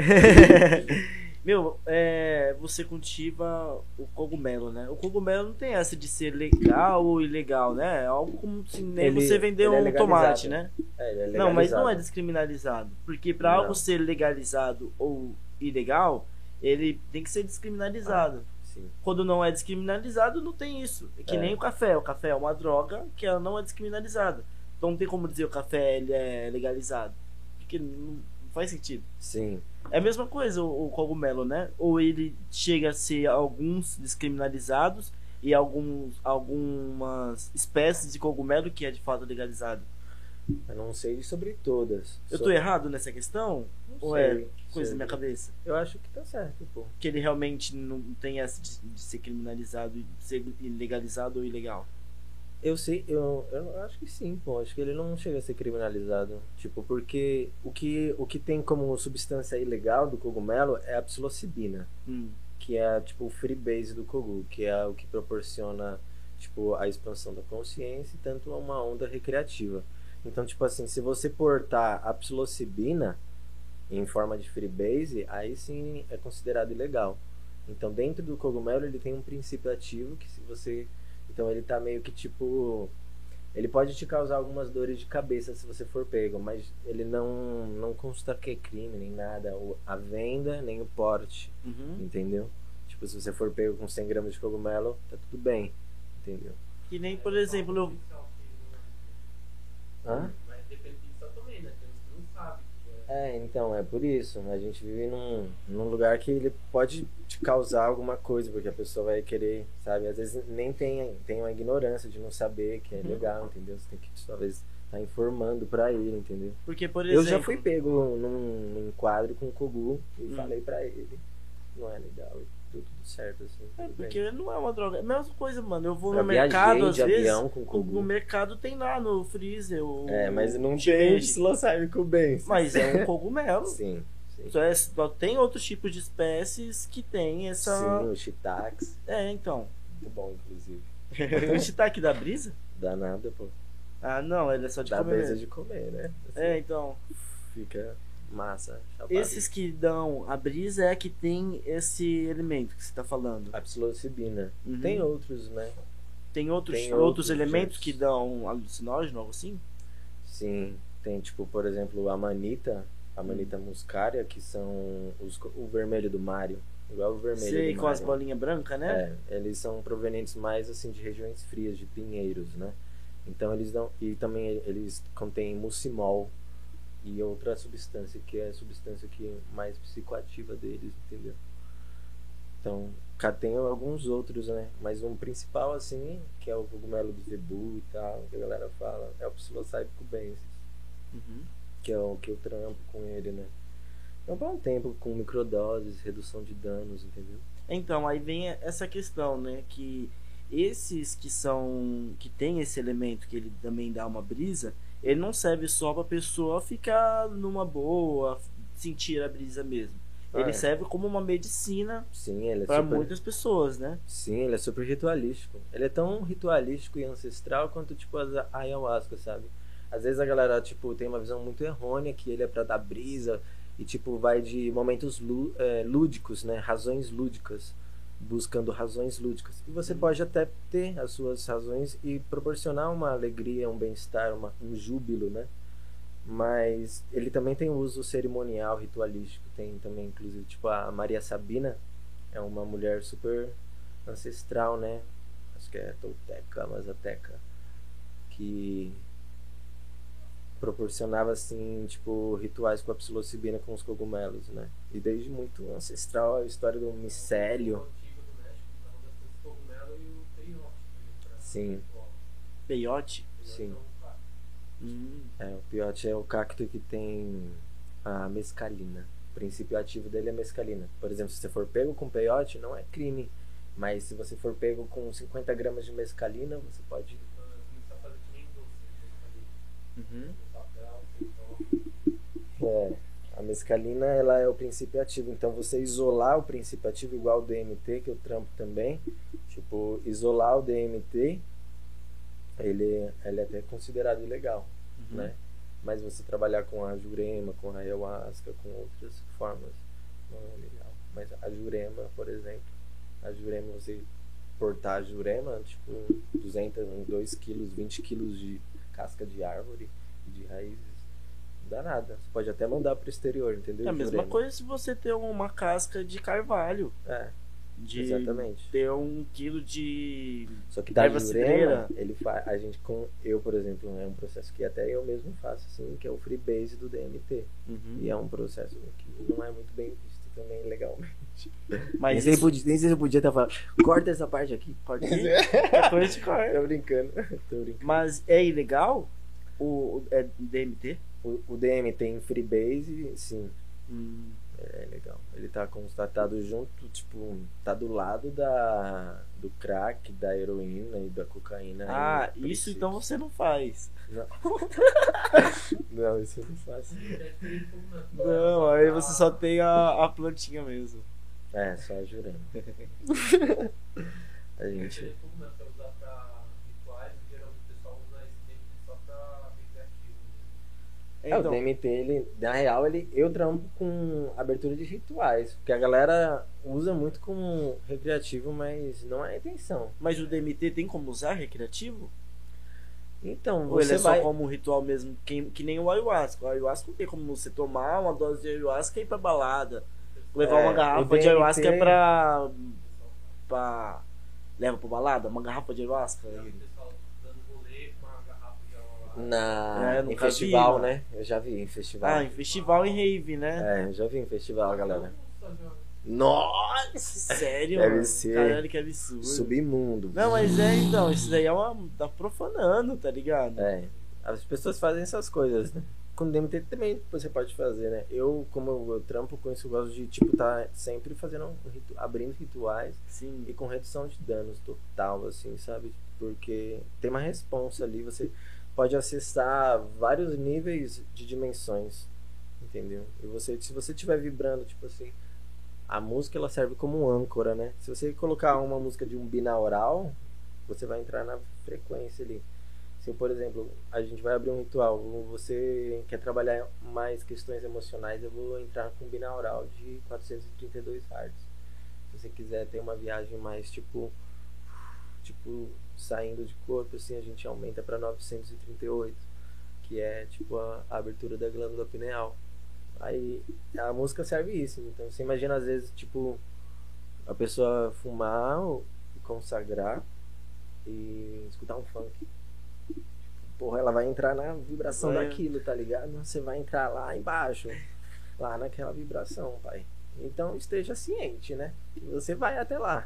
Meu, é, você cultiva o cogumelo, né? O cogumelo não tem essa de ser legal ou ilegal, né? É algo como se nem Ele- você vender ele é um legalizado. tomate, né? É, ele é Não, mas não é legalizado. descriminalizado. Porque pra Não. algo ser legalizado ou ilegal, ele tem que ser descriminalizado. Sim. Quando não é descriminalizado, não tem isso. É que É. nem o café. O café é uma droga que ela não é descriminalizada. Então não tem como dizer o café ele é legalizado. Porque não faz sentido. Sim. É a mesma coisa o, o cogumelo, né? Ou ele chega a ser alguns descriminalizados e alguns, algumas espécies de cogumelo que é de fato legalizado. Eu não sei sobre todas. Eu Só- tô errado nessa questão? Não Ou sei, é coisa sei. da minha cabeça? Eu acho que tá certo, pô. Que ele realmente não tem essa de, de ser criminalizado e ser legalizado ou ilegal. Eu sei, eu, eu acho que sim, pô. Acho que ele não chega a ser criminalizado. Tipo, porque o que, o que tem como substância ilegal do cogumelo é a psilocibina, Hum. que é tipo o freebase do cogu, que é o que proporciona tipo a expansão da consciência e tanto uma onda recreativa. Então, tipo assim, se você portar a psilocibina em forma de freebase, aí sim é considerado ilegal. Então, dentro do cogumelo ele tem um princípio ativo que se você, então ele tá meio que tipo, ele pode te causar algumas dores de cabeça se você for pego, mas ele não não consta que é crime nem nada, o- a venda nem o porte, Uhum. entendeu? Tipo, se você for pego com cem gramas de cogumelo, tá tudo bem, entendeu? Que nem, por exemplo, eu, Hã? Mas depende disso também, né? Tem uns que não sabem que é. É, então, é por isso. A gente vive num, num lugar que ele pode te causar alguma coisa, porque a pessoa vai querer, sabe? Às vezes nem tem, tem uma ignorância de não saber que é Uhum. legal, entendeu? Você tem que talvez estar informando pra ele, entendeu? porque, por exemplo... Eu já fui pego num, num enquadro com o Kogu e Hum. falei pra ele. Não é legal, e deu tudo certo, assim. É, tudo bem. porque não é uma droga. É a mesma coisa, mano. Eu vou Eu no viajei mercado, às de vezes. avião com no- Kogu. No mercado tem lá no freezer. O, É, mas não o tem verde. psilocybin com bem. Mas é um cogumelo. Sim, sim. Só, é, só tem outros tipos de espécies que tem essa. Sim, o shiitax. É, então. Muito bom, inclusive. O shiitake da brisa? Danada, pô. Ah, não, ele é só de Dá comer. brisa mesmo. de comer, né? Assim, É, então. Fica massa. chapada. Esses que dão a brisa é que tem esse elemento que você tá falando. A psilocibina. Uhum. Tem outros, né? Tem outros, Tem outros, outros elementos jeitos. que dão alucinógeno, algo assim? Sim. Tem, tipo, por exemplo, a manita. A manita muscária, que são os, co- o vermelho do Mario. Igual o vermelho Sei, do com as Mario. bolinhas brancas, né? É, eles são provenientes mais assim de regiões frias, de pinheiros, né? Então eles dão e também eles contêm muscimol e outra substância que é a substância que mais psicoativa deles, entendeu? Então, cá tem alguns outros, né? Mas um principal assim, que é o cogumelo do zebu e tal, que a galera fala, é o psilocybe cubensis, Uhum. que é o que eu trampo com ele, né? Então, por um tempo com microdoses, redução de danos, entendeu? Então, aí vem essa questão, né? Que esses que são. Que tem esse elemento que ele também dá uma brisa, ele não serve só pra pessoa ficar numa boa, sentir a brisa mesmo. Ah, Ele é. serve como uma medicina Sim, ele é pra super... muitas pessoas, né? Sim, ele é super ritualístico. Ele é tão ritualístico e ancestral quanto, tipo, a a ayahuasca, sabe? Às vezes a galera, tipo, tem uma visão muito errônea que ele é pra dar brisa e, tipo, vai de momentos lú- é, lúdicos, né? Razões lúdicas, buscando razões lúdicas. E você Hum. pode até ter as suas razões e proporcionar uma alegria, um bem-estar, uma- um júbilo, né? Mas ele também tem uso cerimonial, ritualístico. Tem também, inclusive, tipo, a Maria Sabina é uma mulher super ancestral, né? Acho que é tolteca, mazateca, que proporcionava, assim, tipo, rituais com a psilocibina com os cogumelos, né? E desde muito ancestral a história do micélio. O antigo do México usava bastante cogumelo e o peiote também pra Sim. ritual. Peiote. Peiote Sim. é um cacto. Hum. É, o piote é o cacto que tem a mescalina. O princípio ativo dele é mescalina. Por exemplo, se você for pego com peiote, não é crime. Mas se você for pego com cinquenta gramas de mescalina, você pode... Então, eu comecei a fazer que nem doce, né? Uhum. No papel, então, É, a mescalina, ela é o princípio ativo. Então, você isolar o princípio ativo igual o D M T, que eu trampo também. Tipo, isolar o D M T, ele, ele é até considerado ilegal, Uhum. né? Mas você trabalhar com a jurema, com a ayahuasca, com outras formas, não é legal. Mas a jurema, por exemplo, a jurema, você cortar a jurema, tipo, duzentos, dois quilos, vinte quilos de casca de árvore e de raízes, dá nada. Você pode até mandar pro exterior, entendeu? É a mesma Jurema. coisa se você ter uma casca de carvalho. É, De exatamente. ter um quilo de Só que da erva Jurema, cidreira. ele faz, a gente com, eu, por exemplo, é um processo que até eu mesmo faço, assim, que é o freebase do D M T. Uhum. E é um processo que não é muito bem visto também legalmente. Mas nem, sei isso... podia, nem sei se eu podia estar falando, corta essa parte aqui. Pode ir? Qualquer coisa de corta. Tô brincando, tô brincando. Mas é ilegal o, o é D M T? O, o D M T em freebase, sim, Hum. é legal. Ele tá constatado junto, tipo, tá do lado da, do crack, da heroína e da cocaína. Ah, em isso princípio. então você não faz. Não. Não, isso eu não faço. É diferente como na- Não, aí você só tem a, a plantinha mesmo. É, só jurando. A É gente. diferente como na- pra usar pra rituais, e geralmente o pessoal usa esse D M T só pra recreativo. É, o Então, D M T, ele, na real, ele, eu trampo com abertura de rituais. Porque a galera usa muito como recreativo, mas não é a intenção. mas o D M T tem como usar recreativo? Então, Ou ele você é só vai. como um ritual mesmo, que, que nem o ayahuasca? O ayahuasca não tem como você tomar uma dose de ayahuasca e ir pra balada. Levar É, uma o garrafa D M T de ayahuasca é pra, pra. Leva pra balada? Uma garrafa de ayahuasca? O pessoal dando rolê com uma garrafa de água lá. Na, É, em nunca vi, festival, mano. né? Eu já vi em festival. Ah, em festival e rave, né? É, eu já vi em festival, galera. Não, só joga. Nossa! Sério, Deve mano? ser. Caralho, que absurdo. Submundo. Não, mas é, então, isso daí é uma. Tá profanando, tá ligado? É, as pessoas fazem essas coisas, né? Com D M T também você pode fazer, né? Eu, como eu, eu trampo com isso, eu gosto de, tipo, tá sempre fazendo, um ritu- abrindo rituais Sim. e com redução de danos total, assim, sabe? Porque tem uma responsa ali, você pode acessar vários níveis de dimensões, entendeu? E você, se você estiver vibrando, tipo assim, a música ela serve como um âncora, né? Se você colocar uma música de um binaural, você vai entrar na frequência ali. Se, por exemplo, a gente vai abrir um ritual, você quer trabalhar mais questões emocionais, eu vou entrar com binaural de quatrocentos e trinta e dois hertz. Se você quiser ter uma viagem mais tipo tipo saindo de corpo, assim, a gente aumenta para novecentos e trinta e oito, que é tipo a, a abertura da glândula pineal. Aí a música serve isso. Então você imagina às vezes tipo a pessoa fumar e consagrar e escutar um funk. Porra, ela vai entrar na vibração Vai. daquilo, tá ligado? Você vai entrar lá embaixo, lá naquela vibração, pai. Então esteja ciente, né? Que você vai até lá.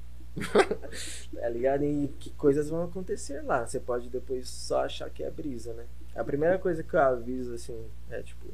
Tá ligado? E que coisas vão acontecer lá. Você pode depois só achar que é brisa, né? A primeira coisa que eu aviso, assim, é tipo.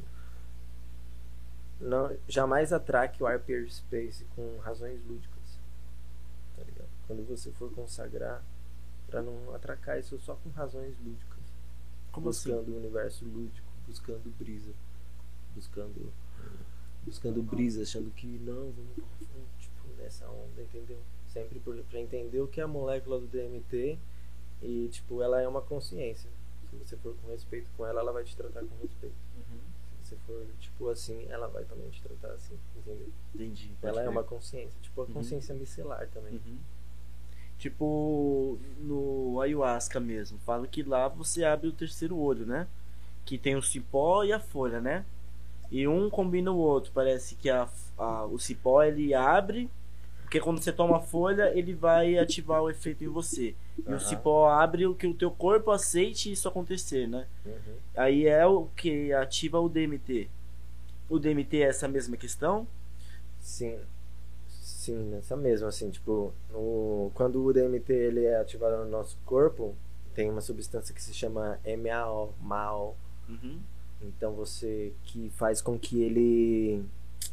Não, jamais atraque o hyperspace com razões lúdicas. Tá ligado? Quando você for consagrar, pra não atracar isso só com razões lúdicas. Como assim? Buscando o universo lúdico, buscando brisa, buscando buscando brisa, achando que não, vamos tipo, nessa onda, entendeu? Sempre por, pra entender o que é a molécula do D M T e tipo, ela é uma consciência. Se você for com respeito com ela, ela vai te tratar com respeito. Uhum. Se você for tipo assim, ela vai também te tratar assim, entendeu? Entendi. pode Ela é crer. uma consciência, tipo a Uhum. consciência micelar também. Uhum. Tipo, no ayahuasca mesmo, fala que lá você abre o terceiro olho, né? Que tem o cipó e a folha, né? E um combina o outro. Parece que a, a- o cipó ele abre, porque quando você toma a folha, ele vai ativar o efeito em você. E o Aham. cipó abre o que o teu corpo aceite isso acontecer, né? Uhum. Aí é o que ativa o D M T. O D M T é essa mesma questão? Sim, sim, nessa mesma, assim, tipo, no, quando o D M T ele é ativado no nosso corpo, tem uma substância que se chama M A O, M A O, Uhum. então você, que faz com que ele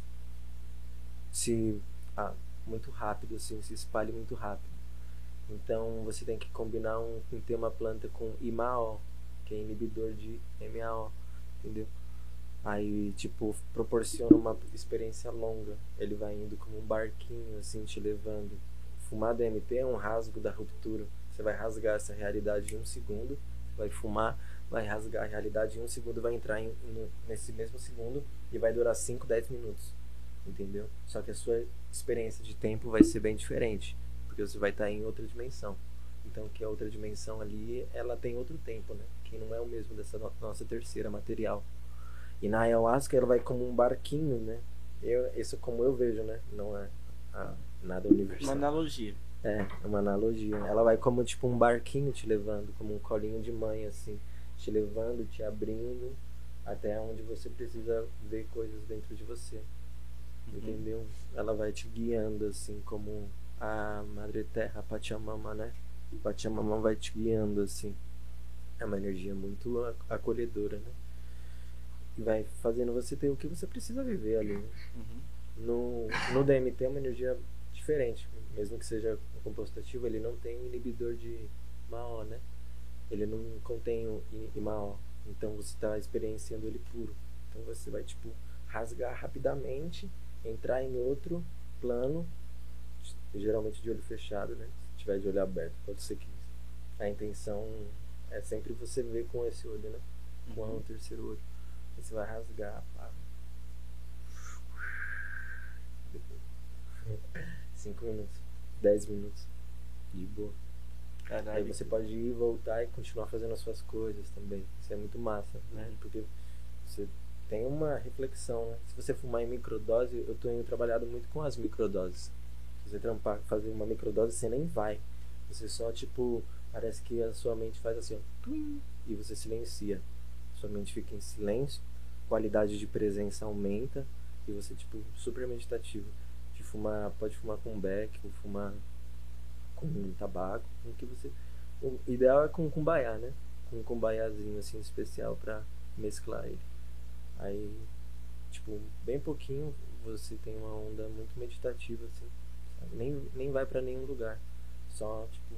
se, ah, muito rápido, assim, se espalhe muito rápido. Então você tem que combinar um, um ter uma planta com I M A O, que é inibidor de M A O, entendeu? Aí, tipo, proporciona uma experiência longa. Ele vai indo como um barquinho, assim, te levando. Fumar D M T é um rasgo da ruptura. Você vai rasgar essa realidade em um segundo, vai fumar, vai rasgar a realidade em um segundo, vai entrar em, no- nesse mesmo segundo e vai durar cinco, dez minutos. Entendeu? Só que a sua experiência de tempo vai ser bem diferente, porque você vai estar em outra dimensão. Então, que a outra dimensão ali, ela tem outro tempo, né? Que não é o mesmo dessa no- nossa terceira material. E na ayahuasca ela vai como um barquinho, né? Eu, isso é como eu vejo, né? Não é ah, nada Uma universal. analogia. É, é uma analogia. Ela vai como tipo um barquinho te levando, como um colinho de mãe, assim, te levando, te abrindo até onde você precisa ver coisas dentro de você. Uhum. Entendeu? Ela vai te guiando, assim, como a Madre Terra, a Pachamama, né? Pachamama vai te guiando, assim. É uma energia muito ac- acolhedora, né? E vai fazendo você ter o que você precisa viver ali, né? Uhum. No, no D M T é uma energia diferente, mesmo que seja um composto ativo, ele não tem inibidor de Mao, né? Ele não contém o I- Imao, então você está experienciando ele puro. Então você vai tipo rasgar rapidamente, entrar em outro plano, geralmente de olho fechado, né? Se tiver de olho aberto, pode ser que a intenção é sempre você ver com esse olho, né? Com Uhum. o terceiro olho. Aí você vai rasgar, pá. Depois cinco minutos, dez minutos, de boa. Aí Caralho. você pode ir, voltar e continuar fazendo as suas coisas também. Isso é muito massa, né? Uhum. Porque você tem uma reflexão, né? Se você fumar em microdose, eu tenho trabalhado muito com as microdoses. Se você trampar, fazer uma microdose, você nem vai. Você só, tipo, parece que a sua mente faz assim, ó, tuim, e você silencia. Sua mente fica em silêncio, qualidade de presença aumenta e você, tipo, super meditativo. De fumar, pode fumar com beck, ou fumar com tabaco, com o que você. O ideal é com cumbaiá, né? Com um cumbaiazinho assim especial pra mesclar ele. Aí, tipo, bem pouquinho você tem uma onda muito meditativa, assim, sabe? Nem, nem vai pra nenhum lugar. Só, tipo,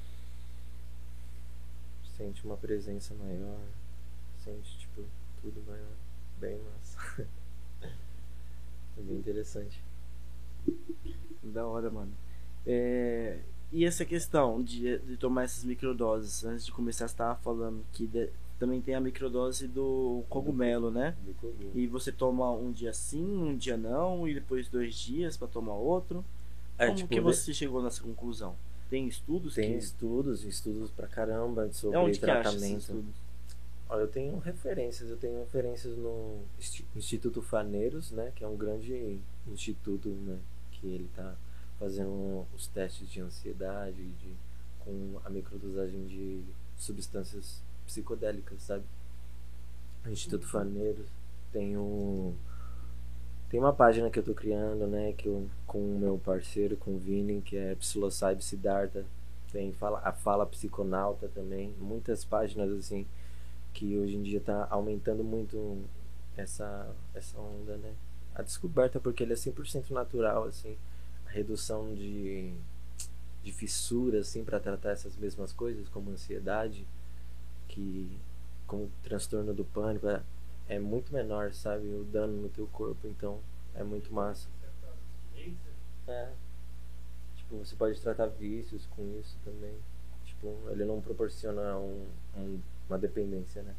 sente uma presença maior, sente, tipo, tudo maior. Bem massa. É bem interessante. Da hora, mano. É, E essa questão de, de tomar essas microdoses, antes de começar, você estava falando que de- também tem a microdose do cogumelo, né? Do cogumelo. E você toma um dia sim, um dia não, e depois dois dias para tomar outro. É, Como tipo, que de- você chegou nessa conclusão? Tem estudos tem que. estudos, estudos pra caramba É sobre onde que acha esses tratamento. estudos? Olha, eu tenho referências, eu tenho referências no Insti- Instituto Faneiros, né, que é um grande instituto, né, que ele está fazendo os testes de ansiedade, de, com a microdosagem de substâncias psicodélicas, sabe? O Instituto Faneiros tem um tem uma página que eu tô criando, né, que eu, com o meu parceiro, com o Vini, que é Psilocybe Siddhartha, tem fala, a Fala Psiconauta também, muitas páginas assim que hoje em dia está aumentando muito essa, essa onda, né? A descoberta, porque ele é cem por cento natural, assim, a redução de, de fissuras, assim, para tratar essas mesmas coisas, como ansiedade, que, como transtorno do pânico, é, é muito menor, sabe? O dano no teu corpo, então é muito massa. É. Tipo, você pode tratar vícios com isso também. Tipo, ele não proporciona um, um, uma dependência, né?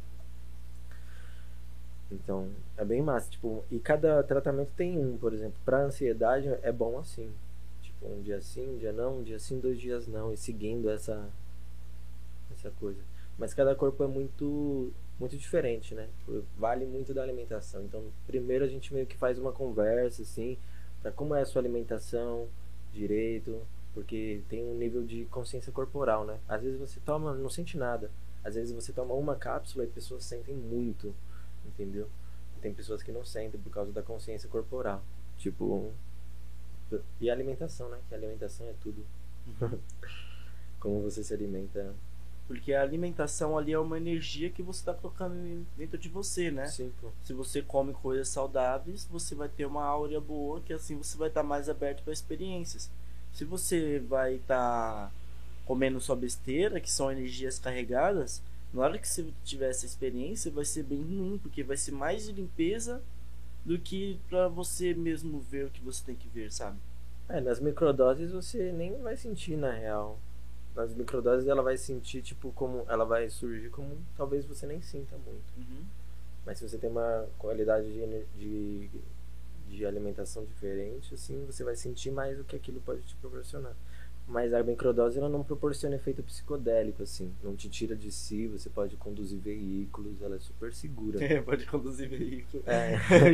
Então, é bem massa, tipo, e cada tratamento tem um, por exemplo, para ansiedade é bom assim, tipo, um dia sim, um dia não, um dia sim, dois dias não, e seguindo essa essa coisa. Mas cada corpo é muito muito diferente, né? Vale muito da alimentação. Então, primeiro a gente meio que faz uma conversa assim, para como é a sua alimentação direito, porque tem um nível de consciência corporal, né? Às vezes você toma, não sente nada. Às vezes você toma uma cápsula e pessoas sentem muito, entendeu? Tem pessoas que não sentem por causa da consciência corporal. Tipo, e a alimentação, né? Que a alimentação é tudo. Como você se alimenta. Porque a alimentação ali é uma energia que você está colocando dentro de você, né? Sim, pô. Se você come coisas saudáveis, você vai ter uma áurea boa, que assim você vai estar mais aberto para experiências. Se você vai estar comendo só besteira, que são energias carregadas, na hora que você tiver essa experiência, vai ser bem ruim, porque vai ser mais de limpeza do que para você mesmo ver o que você tem que ver, sabe? É, nas microdoses você nem vai sentir na real. Nas microdoses ela vai sentir, tipo, como. Ela vai surgir como talvez você nem sinta muito. Uhum. Mas se você tem uma qualidade de, ener- de, de alimentação diferente, assim, você vai sentir mais o que aquilo pode te proporcionar. Mas a microdose ela não proporciona efeito psicodélico, assim. Não te tira de si, você pode conduzir veículos, ela é super segura. É, pode conduzir veículo. É.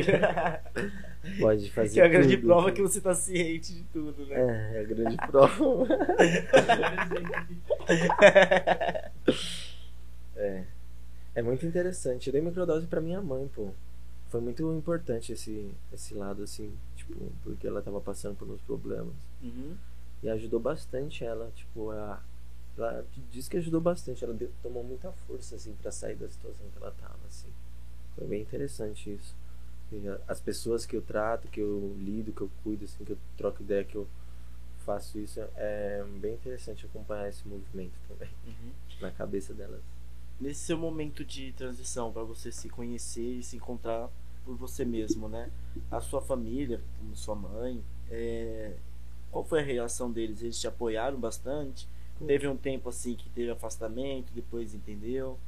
Pode fazer Que é a grande tudo, prova tudo. que você tá ciente de tudo, né? É, é a grande prova. É. É muito interessante. Eu dei microdose pra minha mãe, pô. Foi muito importante esse, esse lado, assim, tipo, porque ela tava passando por uns problemas. Uhum. E ajudou bastante ela, tipo, a, ela disse que ajudou bastante. Ela deu, tomou muita força, assim, pra sair da situação que ela tava, assim. Foi bem interessante isso. E a- as pessoas que eu trato, que eu lido, que eu cuido, assim, que eu troco ideia, que eu faço isso, é bem interessante acompanhar esse movimento também, Uhum. na cabeça delas. Nesse seu momento de transição, pra você se conhecer e se encontrar por você mesmo, né? A sua família, como sua mãe, é, qual foi a reação deles? Eles te apoiaram bastante? Teve um tempo assim que teve afastamento, depois entendeu?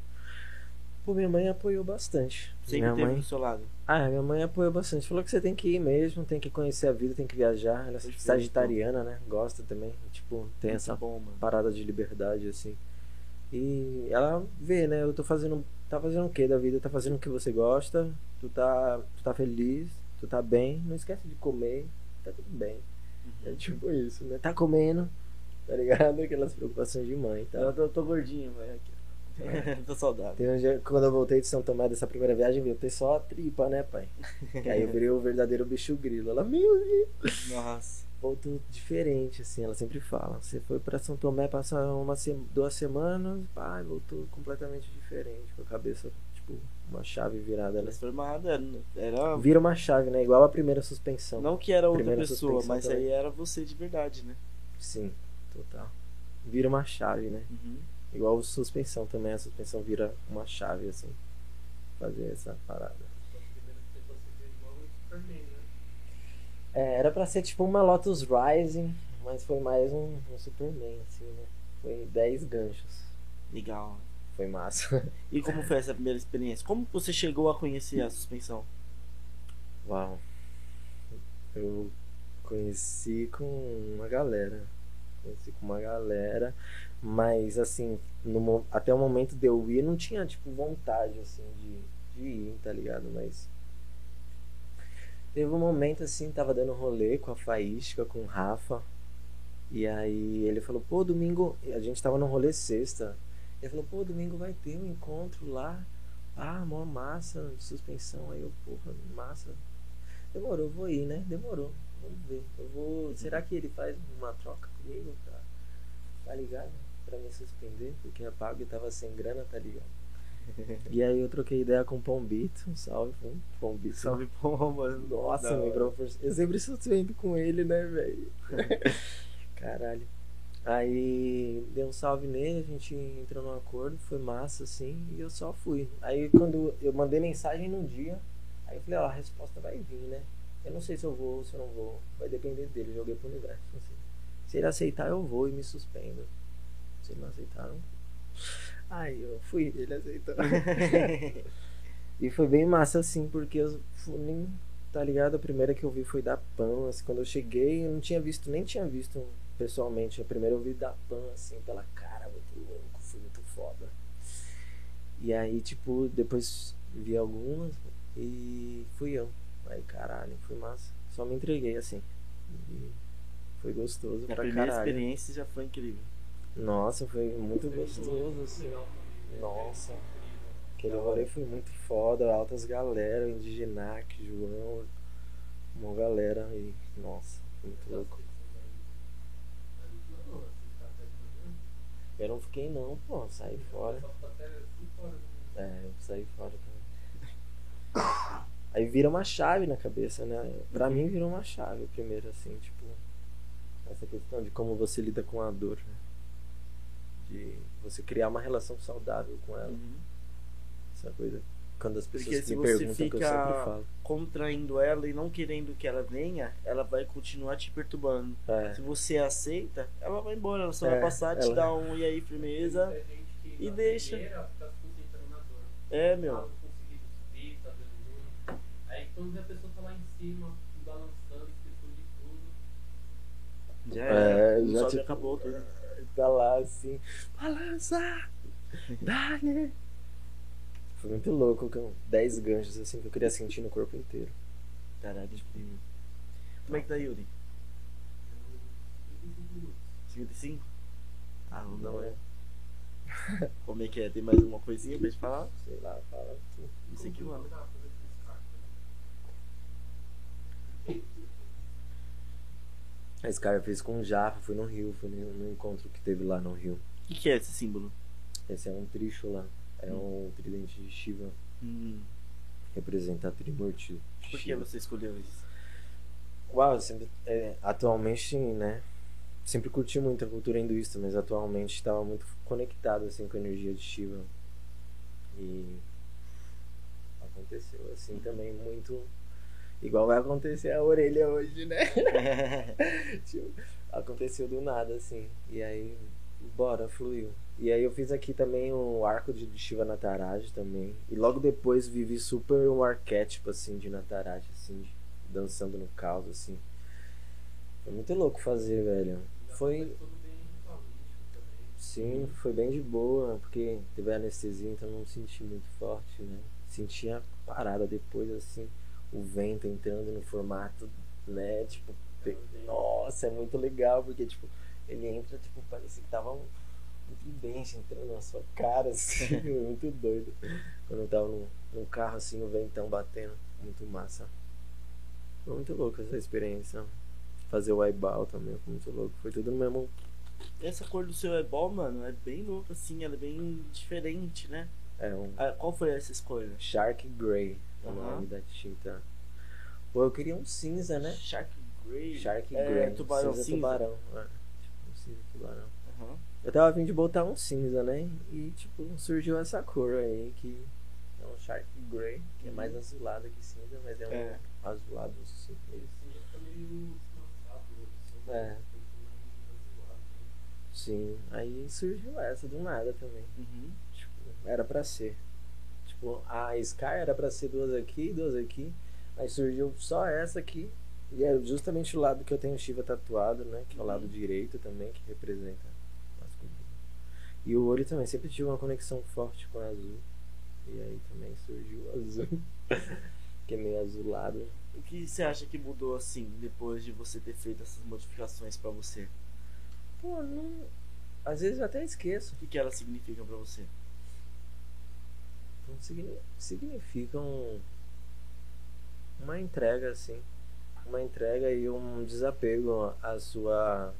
Pô, minha mãe apoiou bastante. Sempre Minha teve mãe... do seu lado. Ah, minha mãe apoiou bastante. Falou que você tem que ir mesmo, tem que conhecer a vida, tem que viajar. Ela é Perfeito. sagitariana, né? Gosta também. Tipo, tem Muito essa bom, mano. parada de liberdade, assim. E ela vê, né? Eu tô fazendo. Tá fazendo o que da vida? Tá fazendo o que você gosta, tu tá, tu tá feliz, tu tá bem, não esquece de comer, tá tudo bem. É tipo isso, né? Tá comendo, tá ligado? Aquelas preocupações de mãe e tal. Eu tô, tô gordinho, velho. Tô saudável. Tem um dia, quando eu voltei de São Tomé dessa primeira viagem, eu ter só a tripa, né, pai? Que aí eu virei o verdadeiro bicho grilo. Ela, meu Deus, Nossa. voltou diferente, assim, ela sempre fala. Você foi pra São Tomé passar uma, se- duas semanas, pai, voltou completamente diferente, com a cabeça, tipo, uma chave virada, né? Transformada, era. Vira uma chave, né? Igual a primeira suspensão. Não que era outra Primeira pessoa, suspensão mas também. aí era você de verdade, né? Sim, total. Vira uma chave, né? Uhum. Igual suspensão também, a suspensão vira uma chave, assim. Fazer essa parada. Então, primeiro que você fez igual o Superman, né? É, era pra ser tipo uma Lotus Rising, mas foi mais um, um Superman, assim, né? Foi dez ganchos. Legal. Foi massa. E como foi essa primeira experiência? Como você chegou a conhecer a suspensão? Uau. Eu conheci com uma galera. Conheci com uma galera, mas assim, no, mo- até o momento de eu ir, não tinha tipo vontade assim de, de ir, tá ligado? Mas teve um momento assim, tava dando rolê com a Faísca, com o Rafa, e aí ele falou, pô, domingo, a gente tava no rolê sexta. Ele falou, pô, domingo vai ter um encontro lá. Ah, mó massa, de suspensão. Aí eu, porra, massa. Demorou, vou ir, né? Demorou. Vamos ver. Eu vou. Será que ele faz uma troca comigo? Pra, tá ligado? Pra me suspender, porque a Pag tava sem grana, tá ligado? E aí eu troquei ideia com o Pombito. Um salve, um Pombito. Salve pomba. Nossa, Da me hora. propor- eu sempre estou indo com ele, né, velho? Caralho. Aí dei um salve nele, a gente entrou num acordo, foi massa assim, e eu só fui. Aí quando eu mandei mensagem no dia, aí eu falei, ó, a resposta vai vir, né? Eu não sei se eu vou ou se eu não vou, vai depender dele, joguei pro universo. Assim. Se ele aceitar, eu vou e me suspendo. Se ele não aceitar, não. Aí eu fui, ele aceitou. E foi bem massa assim, porque eu fui, nem, tá ligado? A primeira que eu vi foi da Pan, assim, quando eu cheguei, eu não tinha visto, nem tinha visto pessoalmente. A primeira eu vi da Pan, assim, pela cara, muito louco, foi muito foda. E aí, tipo, depois vi algumas e fui eu. Aí, caralho, foi massa. Só me entreguei, assim. E foi gostoso A pra primeira caralho. experiência já foi incrível. Nossa, foi muito gostoso, assim. Legal. Nossa. Incrível. Aquele Da rolê hora. foi muito foda, altas galera, o Indigenac, João, uma galera e nossa, muito louco. Não, você tá até de manhã. Eu não fiquei não, pô, saí fora. Só fica até cinco horas da manhã. É, eu saí fora também. Aí vira uma chave na cabeça, né? Pra Uhum. mim virou uma chave primeiro, assim, tipo, essa questão de como você lida com a dor, né? De você criar uma relação saudável com ela. Uhum. Essa coisa. Quando as pessoas Porque se me você perguntam, que eu sempre fica falo. contraindo ela e não querendo que ela venha, ela vai continuar te perturbando. É. Se você aceita, ela vai embora. Ela só É, vai passar, te ela- dar um e aí, firmeza. Tem muita gente que E na deixa. primeira fica se concentrando na dor. É, Ah, meu. não consegui subir, tá dando ruim. Aí quando a pessoa tá lá em cima, balançando, esqueceu de tudo. Já era. É, Não já sobe e tipo, acabou tudo. tá lá assim, balança, dale. Foi muito louco, com dez ganchos assim que eu queria sentir no corpo inteiro. Caralho, incrível. Como é que tá, Yuri? cinquenta e cinco? Ah, não, não é. Como é que é? Tem mais alguma coisinha pra gente falar? Sei lá, fala. Não sei que manda. A Scar fez com o Jaffa, foi no Rio, foi no, no encontro que teve lá no Rio. O que, que é esse símbolo? Esse é um Trishula, é um tridente de Shiva, Hum, representa a Trimurti de por que Shiva. você escolheu isso? Uau, sempre, é, atualmente, né, sempre curti muito a cultura hinduísta, mas atualmente estava muito conectado, assim, com a energia de Shiva. E aconteceu, assim, também muito... Igual vai acontecer a orelha hoje, né? Tipo, aconteceu do nada, assim. E aí, bora, fluiu. E aí eu fiz aqui também o arco de Shiva Nataraj também. E logo depois vivi super um arquétipo, assim, de Nataraj, assim, de- dançando no caos, assim. Foi muito louco fazer, velho. Foi, Tudo bem ritualístico também. sim, foi bem de boa, porque teve anestesia, então não senti muito forte, né? Senti a parada depois, assim, o vento entrando no formato, né? Tipo, pe- nossa, é muito legal, porque, tipo, ele entra, tipo, parecia que tava um, um tridente entrando na sua cara, assim, foi muito doido. Quando eu tava num, num carro, assim, o ventão batendo, muito massa. Foi muito louco essa experiência. Fazer o eyeball também foi muito louco, foi tudo no mesmo. Essa cor do seu ebol, mano, é bem louca, assim, ela é bem diferente, né? É um Ah, qual foi essa escolha? Shark Grey, o Aham. nome da tinta. Pô, eu queria um cinza, né? Shark Grey. Shark é, Grey, tubarão cinza, cinza. tubarão. É, tipo, um cinza tubarão. Aham. Eu tava a fim de botar um cinza, né? E tipo, surgiu essa cor aí que é um Shark Grey, que é mais azulado que cinza, mas é um É. azulado sim, meio- Sim, já fica meio descansado hoje. Só É. um pouco mais azulado, né? sim. Aí surgiu essa do nada também. Uhum. Tipo, era pra ser. Tipo, a Sky era pra ser duas aqui e duas aqui. Aí surgiu só essa aqui. E é justamente o lado que eu tenho Shiva tatuado, né? Que é o lado Uhum. direito também, que representa masculino. E o olho também, sempre tive uma conexão forte com o azul. E aí também surgiu o azul. Que é meio azulado. O que você acha que mudou, assim, depois de você ter feito essas modificações pra você? Pô, não. Às vezes eu até esqueço. O que, que elas significam pra você? Não signi- significam uma entrega, assim. Uma entrega e um desapego à sua.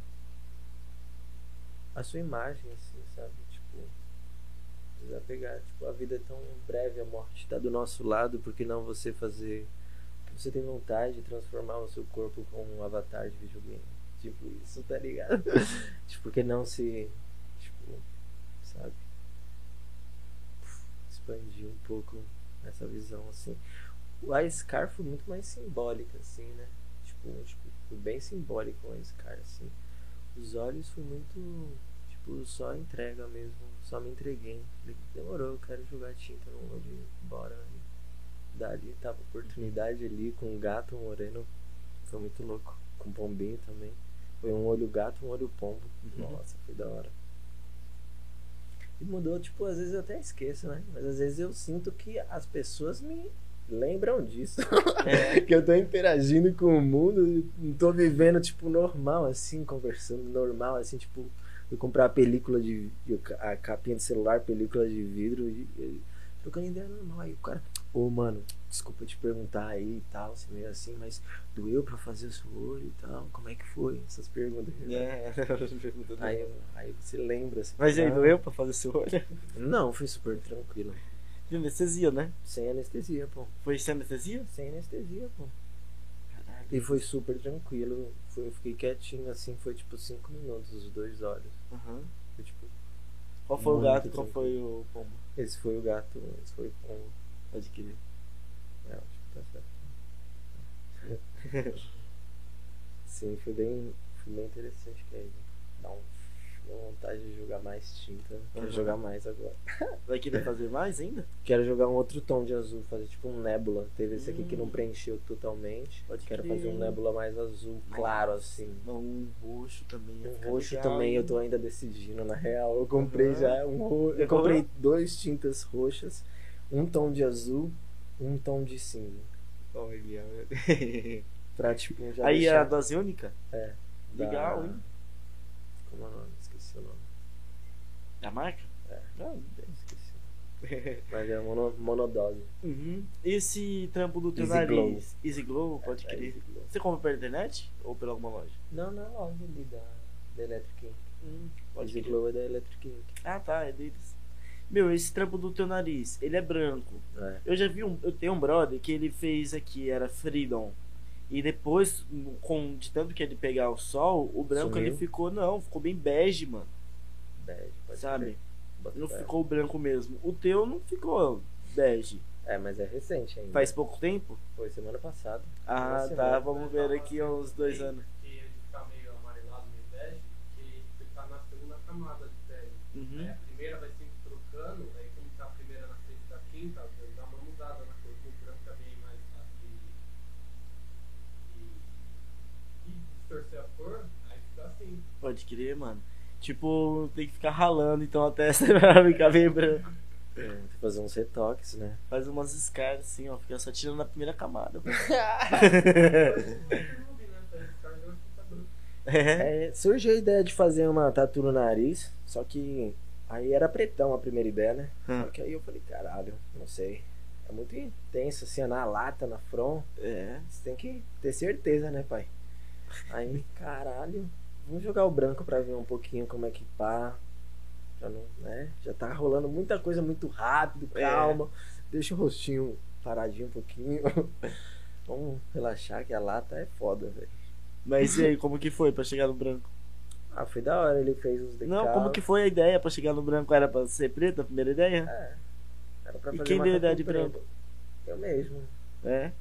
à sua imagem, assim, sabe? Tipo, desapegar. Tipo, a vida é tão breve, a morte está do nosso lado, por que não você fazer o que você tem vontade de transformar o seu corpo com um avatar de videogame? Tipo, isso, tá ligado? Tipo, por que não se. Tipo, sabe? Expandir um pouco essa visão, assim. A Scar foi muito mais simbólica, assim, né? Tipo, tipo, foi bem simbólico a Scar, assim. Os olhos foi muito, tipo, só entrega mesmo. Só me entreguei. Falei, demorou, eu quero jogar tinta no olho, bora. E dali tava a oportunidade ali com um gato moreno. Foi muito louco. Com pombinho também. Foi um olho gato, um olho pombo. Uhum. Nossa, foi da hora. E mudou, tipo, às vezes eu até esqueço, né? Mas às vezes eu sinto que as pessoas me lembram disso. É. Que eu tô interagindo com o mundo, não tô vivendo, tipo, normal, assim, conversando normal, assim, tipo, fui comprar a película de, de- a capinha de celular, película de vidro, e, e trocando ideia normal. Aí o cara, ô, mano, desculpa te perguntar aí e tal, assim, meio assim, mas doeu pra fazer o seu olho e tal, como é que foi? Essas perguntas. É. Aí, aí você lembra, assim, Mas aí, ah, doeu pra fazer seu olho? Não, foi super tranquilo. De anestesia, né? Sem anestesia, pô. Foi sem anestesia? Sem anestesia, pô. Caralho. E foi super tranquilo. Foi, eu fiquei quietinho assim, foi tipo cinco minutos os dois olhos. Aham. Foi tipo. Qual foi o Muito gato e qual tranquilo. foi o pombo? Esse foi o gato, esse foi o pombo. Pode crer. É, acho que tá certo. Sim, foi bem. Foi bem interessante que aí dá um com vontade de jogar mais tinta. Quero Uhum. jogar mais agora. Vai querer fazer mais ainda? Quero jogar um outro tom de azul, fazer tipo um nébula. Teve esse aqui que não Hum. preencheu totalmente. Pode Quero crer. fazer um nébula mais azul, claro assim. Não, um roxo também. ia Um ficar roxo legal, também, hein? eu tô ainda decidindo, na real. Eu comprei Uhum. já um roxo. Eu Pegou? comprei dois tintas roxas, um tom de azul, um tom de cinza. Olha. Pra tipo já Aí é deixar... a dose única? É. Legal, da- hein? Como é o nome? Esqueci o nome. A marca? É. Ah, bem. Esqueci. Mas é mono, monodose. Uhum. Esse trampo do teu Easy nariz. Easy Glow, pode É, crer. Easy Glow. Você compra pela internet? Ou pela alguma loja? Não, não é loja ali da, da Electric Ink. Hum, pode Easy crer. Glow é da Electric Ink. Ah, tá, é deles. Meu, esse trampo do teu nariz, ele é branco. É. Eu já vi um. Eu tenho um brother que ele fez aqui, era Freedom. E depois, com, de tanto que ele pegar o sol, o branco Sumiu? ele ficou, não, ficou bem bege, mano. Bege, pode Sabe? crer. Bota Não fé. ficou branco mesmo. O teu não ficou bege. É, mas é recente ainda. Faz pouco tempo? Foi semana passada. Ah, Uma tá. semana. Vamos ver aqui uns dois anos. Que ele fica meio amarelado, meio bege, que ele tá na segunda camada de pele. Uhum. Aí a primeira vai sempre trocando, aí como tá a primeira na frente da quinta, vai dar uma mudada na cor. Como o branco é bem mais fácil de, de, de distorcer a cor, aí fica assim. Pode crer, mano. Tipo, tem que ficar ralando então até pra ficar bem branco. É, tem que fazer uns retoques, né? Faz umas escadas assim, ó. Fica só tirando na primeira camada. mano. Não vi, né? Pra ele ficar branco, fica branco. É. É, surgiu a ideia de fazer uma tatu no nariz, só que aí era pretão a primeira ideia, né? Hum. Só que aí eu falei, caralho, não sei. É muito intenso, assim, na lata, na front. É. Você tem que ter certeza, né, pai? Aí, caralho, vamos jogar o branco pra ver um pouquinho como é que pá. Já não, né? Já tá rolando muita coisa muito rápido, É. calma. Deixa o rostinho paradinho um pouquinho. Vamos relaxar que a lata é foda, velho. Mas e aí, como que foi pra chegar no branco? Ah, foi da hora, ele fez os decals. Não, como que foi a ideia pra chegar no branco? Era pra ser preto a primeira ideia? É. Era pra E fazer quem uma deu a tatu ideia de preta. branco? Eu mesmo. É.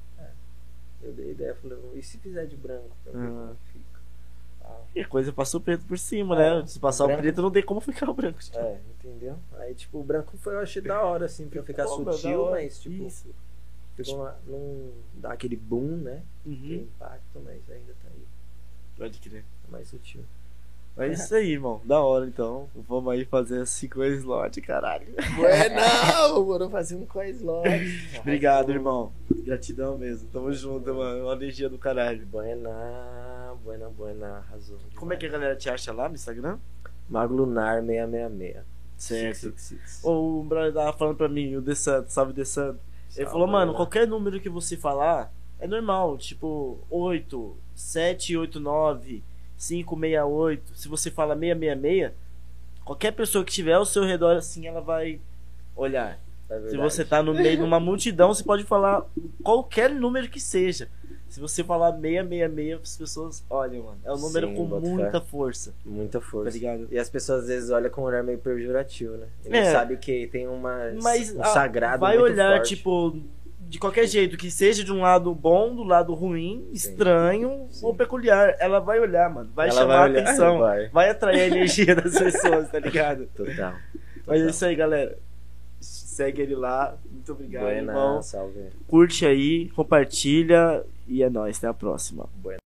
Eu dei a ideia, falei, e se fizer de branco? Pra ver Ah. como fica. Ah, E a coisa passou preto por cima, É, né? Se passar o branco. preto, não tem como ficar o branco. é, entendeu? Aí, tipo, o branco foi, eu achei da hora, assim, pra ficar Pô, meu, da sutil, hora. mas, tipo, Isso. ficou uma, não dá aquele boom, né? Que Uhum. impacto, mas ainda tá aí. Pode crer. Tá mais sutil. É isso aí, irmão. Da hora, então. Vamos aí fazer as cinco slot, caralho. Bueno! Bora fazer um coislot. Obrigado, irmão. Gratidão mesmo. Tamo junto, mano. Uma energia do caralho. Buena, buena, buena, arrasou. Como é que a galera te acha lá no Instagram? Mago Lunar seiscentos e sessenta e seis. Certo. Six, six, six. O brother tava falando pra mim, o De Santo, salve De Santo. Ele Salve, falou, mano, né? qualquer número que você falar é normal. Tipo, oito, sete oito nove, cinco seis oito. Se você fala seis seis seis, qualquer pessoa que estiver ao seu redor assim, ela vai olhar. É Se verdade. você tá no meio de uma multidão, você pode falar qualquer número que seja. Se você falar seis seis seis, as pessoas olham, mano. É um número Sim, com boto muita fé. força, Muita força. tá ligado? E as pessoas às vezes olham com um olhar meio pejorativo, né? E não É. sabe que tem uma, Mas um ah, sagrado vai muito olhar, forte. tipo, de qualquer jeito, que seja de um lado bom, do lado ruim, estranho Sim. ou peculiar. Ela vai olhar, mano. Vai Ela chamar vai a olhar, atenção. vai. Vai atrair a energia das pessoas, tá ligado? Total. Mas é isso aí, galera. Segue ele lá. Muito obrigado, Buena, irmão. salve. Curte aí, compartilha e é nóis. Até a próxima. Buena.